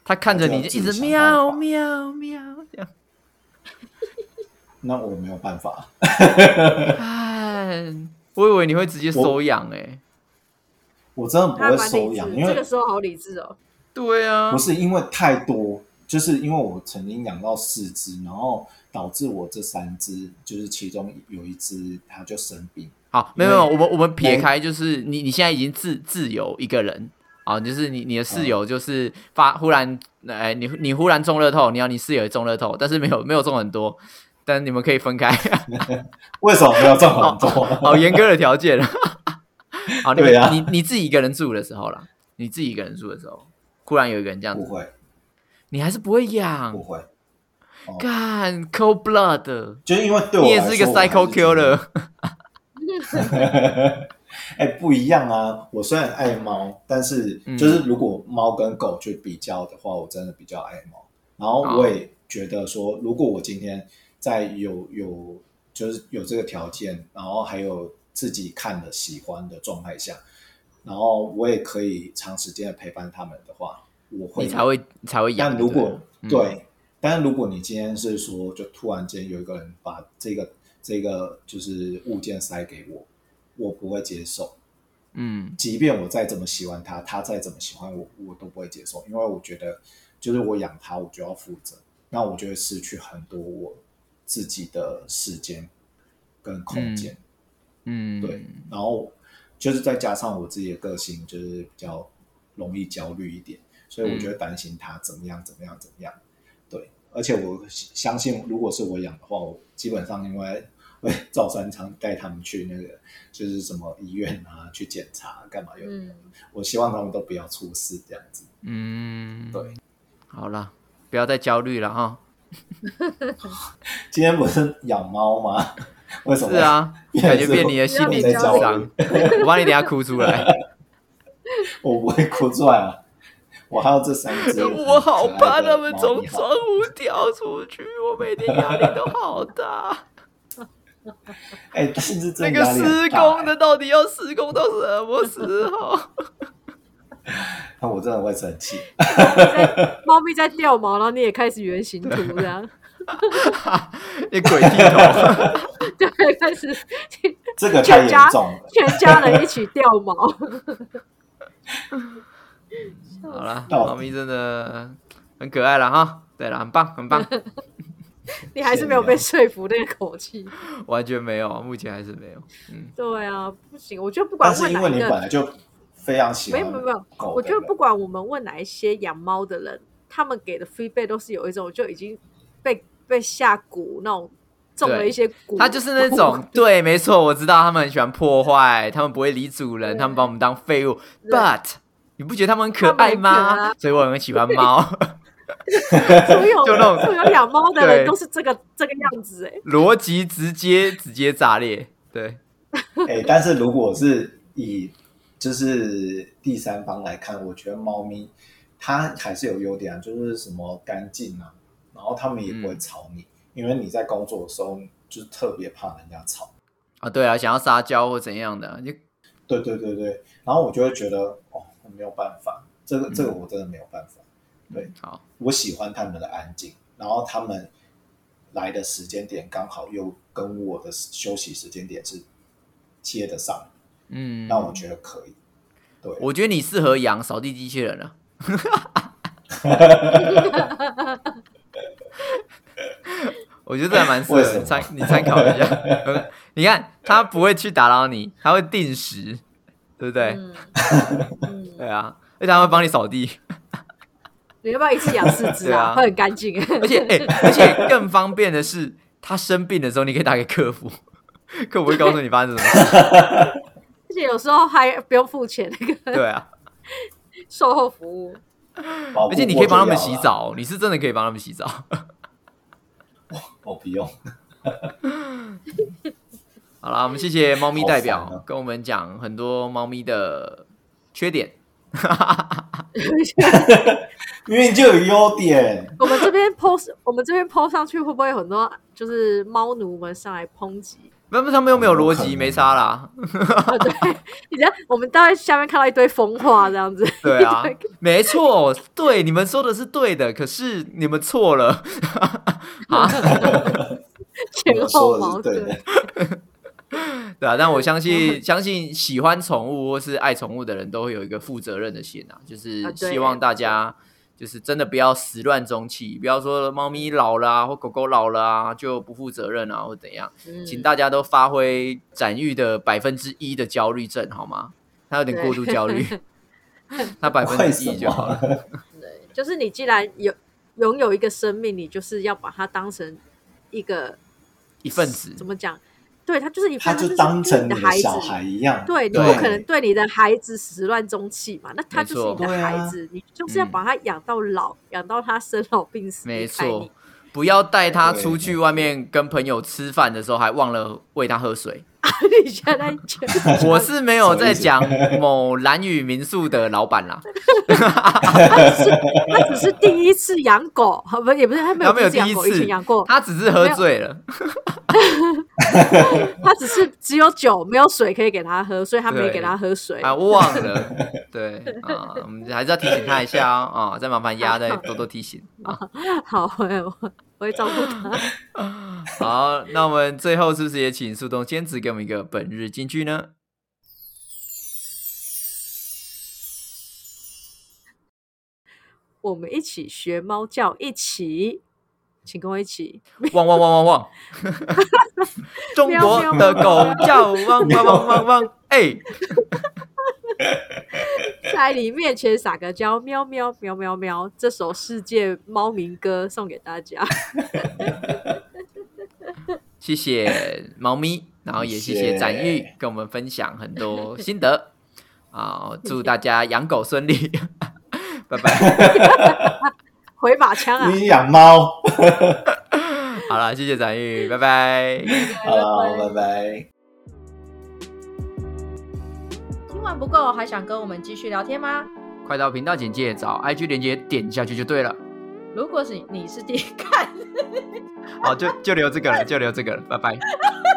它看着你就一直喵喵喵这样。 那我没有办法。 我以为你会直接收养哎、欸， 我真的不会收养，因为这个时候好理智哦。 对啊， 不是因为太多，就是因为我曾经养到四只，然后导致我这三只就是其中有一只它就生病。 好，没有没有，我们我们撇开，就是你你现在已经自自由一个人啊，就是你你的室友就是发、嗯、忽然哎、呃、你你忽然中乐透，你要你室友也中乐透，但是没有没有中很多。但你们可以分开。 为什么没有中很多？ 好严格的条件。好，你对啊， 你你自己一个人住的时候啦，你自己一个人住的时候，忽然有一个人这样子， 不会， 你还是不会养， 不会。 干、哦、cold blood， 就是因为对我来说， 你也是一个 psycho killer。 哎、欸，不一样啊！我虽然爱猫，但是就是如果猫跟狗去比较的话，我真的比较爱猫。然后我也觉得说，如果我今天在有有就是有这个条件，然后还有自己看的喜欢的状态下，然后我也可以长时间的陪伴他们的话，我会你才会才会养。 但如果对,、嗯、 对，但是如果你今天是说，就突然间有一个人把这个这个就是物件塞给我，我不会接受。嗯，即便我再怎么喜欢他，他再怎么喜欢我，我都不会接受，因为我觉得就是我养他，我就要负责，那我就会失去很多我自己的时间跟空间。嗯，对，然后就是再加上我自己的个性，就是比较容易焦虑一点，所以我就会担心他怎么样怎么样怎么样。对，而且我相信，如果是我养的话，我基本上因为会照三餐带他们去那个就是什么医院啊，去检查干嘛用的、嗯。我希望他们都不要出事这样子。嗯，对。 好了，不要再焦虑了哈。 今天不是养猫吗？为什么？ 是啊，感觉变你的心理智商。我帮你等一下哭出来。 我不会哭出来啊。我还有这三只， 我好怕他们从窗户跳出去，我每天压力都好大。 哎、欸，但是那个施工的到底要施工到什么时候？ 那我真的会生气。 猫咪在掉毛，然后你也开始原型图这样。 你鬼剃头。 对，开始。 这个太严重了， 全家人一起掉毛。 好了，猫咪真的很可爱了哈。对了，很棒，很棒。 你还是没有被说服那个口气。 完全没有，目前还是没有。嗯， 对啊，不行，我觉得不管问哪一个， 但是因为你本来就非常喜欢狗， 没有没有，我觉得不管我们问哪一些养猫的人，他们给的 feedback 都是有一种就已经被被下蛊那种。中了一些蛊， 他就是那种对，没错，我知道他们很喜欢破坏，他们不会理主人，他们把我们当废物。But 你不觉得他们很可爱吗？所以我很喜欢猫。 所有就那种所有养猫的人都是这个这个样子哎、欸， 逻辑直接直接炸裂。对， 哎、欸，但是如果是以就是第三方来看，我觉得猫咪它还是有优点啊，就是什么干净啊，然后它们也不会吵你。嗯，因为你在工作的时候，就是特别怕人家吵啊，对啊，想要撒娇或怎样的，就对对对对，然后我就会觉得哦，我没有办法，这个、嗯、这个我真的没有办法。对， 好， 我喜欢他们的安静，然后他们来的时间点刚好又跟我的休息时间点是接得上，嗯，那我觉得可以。对， 我觉得你适合养扫地机器人了。我觉得这还蛮适合的，参你参考一下。你看，他不会去打扰你，他会定时，对不对？嗯、对啊，而且他会帮你扫地。 你要不要一次养四只啊？会很干净。 而且，欸，而且更方便的是，他生病的时候，你可以打给客服，客服会告诉你发生什么事。 而且有时候还不用付钱，那个对啊， 售后服务。 而且你可以帮他们洗澡，你是真的可以帮他们洗澡。 我不用。 好啦，我们谢谢猫咪代表、啊、跟我们讲很多猫咪的缺点。 明明就有优点。 我们这边 post， 我们这边 post 上去，会不会有很多就是猫奴们上来抨击？ 那他们又没有逻辑，没差啦。 对，你知道我们大概下面看到一堆疯话这样子。 对啊，没错，对，你们说的是对的，可是你们错了。啊， 前后矛盾。 对啊，但我相信，相信喜欢宠物或是爱宠物的人都会有一个负责任的心啊，就是希望大家就是真的不要始乱终弃，不要说猫咪老了啊，或狗狗老了啊就不负责任啊，或怎样，嗯、请大家都发挥展玉的百分之一的焦虑症好吗？他有点过度焦虑，他百分之一就好了。 对，就是你既然有拥有一个生命，你就是要把它当成一个一份子， 怎么讲？对，他就是一他就当成你的小孩一样， 对，你不可能对你的孩子始乱终弃嘛，那他就是你的孩子，啊、你就是要把他养到老，养、嗯、到他生老病死。 没错，不要带他出去外面跟朋友吃饭的时候，还忘了喂他喝水。 你现在讲， 我是没有在讲某蓝屿民宿的老板啦。 他, 只是他只是第一次养狗，不也不是他没有第一次养狗，以前养过， 他只是喝醉了。 他只是只有酒没有水可以给他喝，所以他没给他喝水啊，忘了。对啊，我们还是要提醒他一下哦。啊，再麻烦丫再多多提醒。啊、 好，我我我会照顾他。 好，那我们最后是不是也请树洞坚持给我们一个本日金句呢？ 我们一起学猫叫，一起。请跟我一起汪汪汪汪汪！中国的狗叫汪汪汪汪汪！哎， 在你面前撒个娇，喵喵喵喵喵！这首世界猫民歌送给大家。 谢谢猫咪，然后也谢谢展玉跟我们分享很多心得啊！祝大家养狗顺利，拜拜。 回马枪啊！ 你养猫。 好了，谢谢展玉，拜拜。 好了，拜拜。 听完不够，还想跟我们继续聊天吗？ 快到频道简介找 I G 连结点下去就对了。 如果是你是第一看， 好，就就留这个了，就留这个了，拜拜。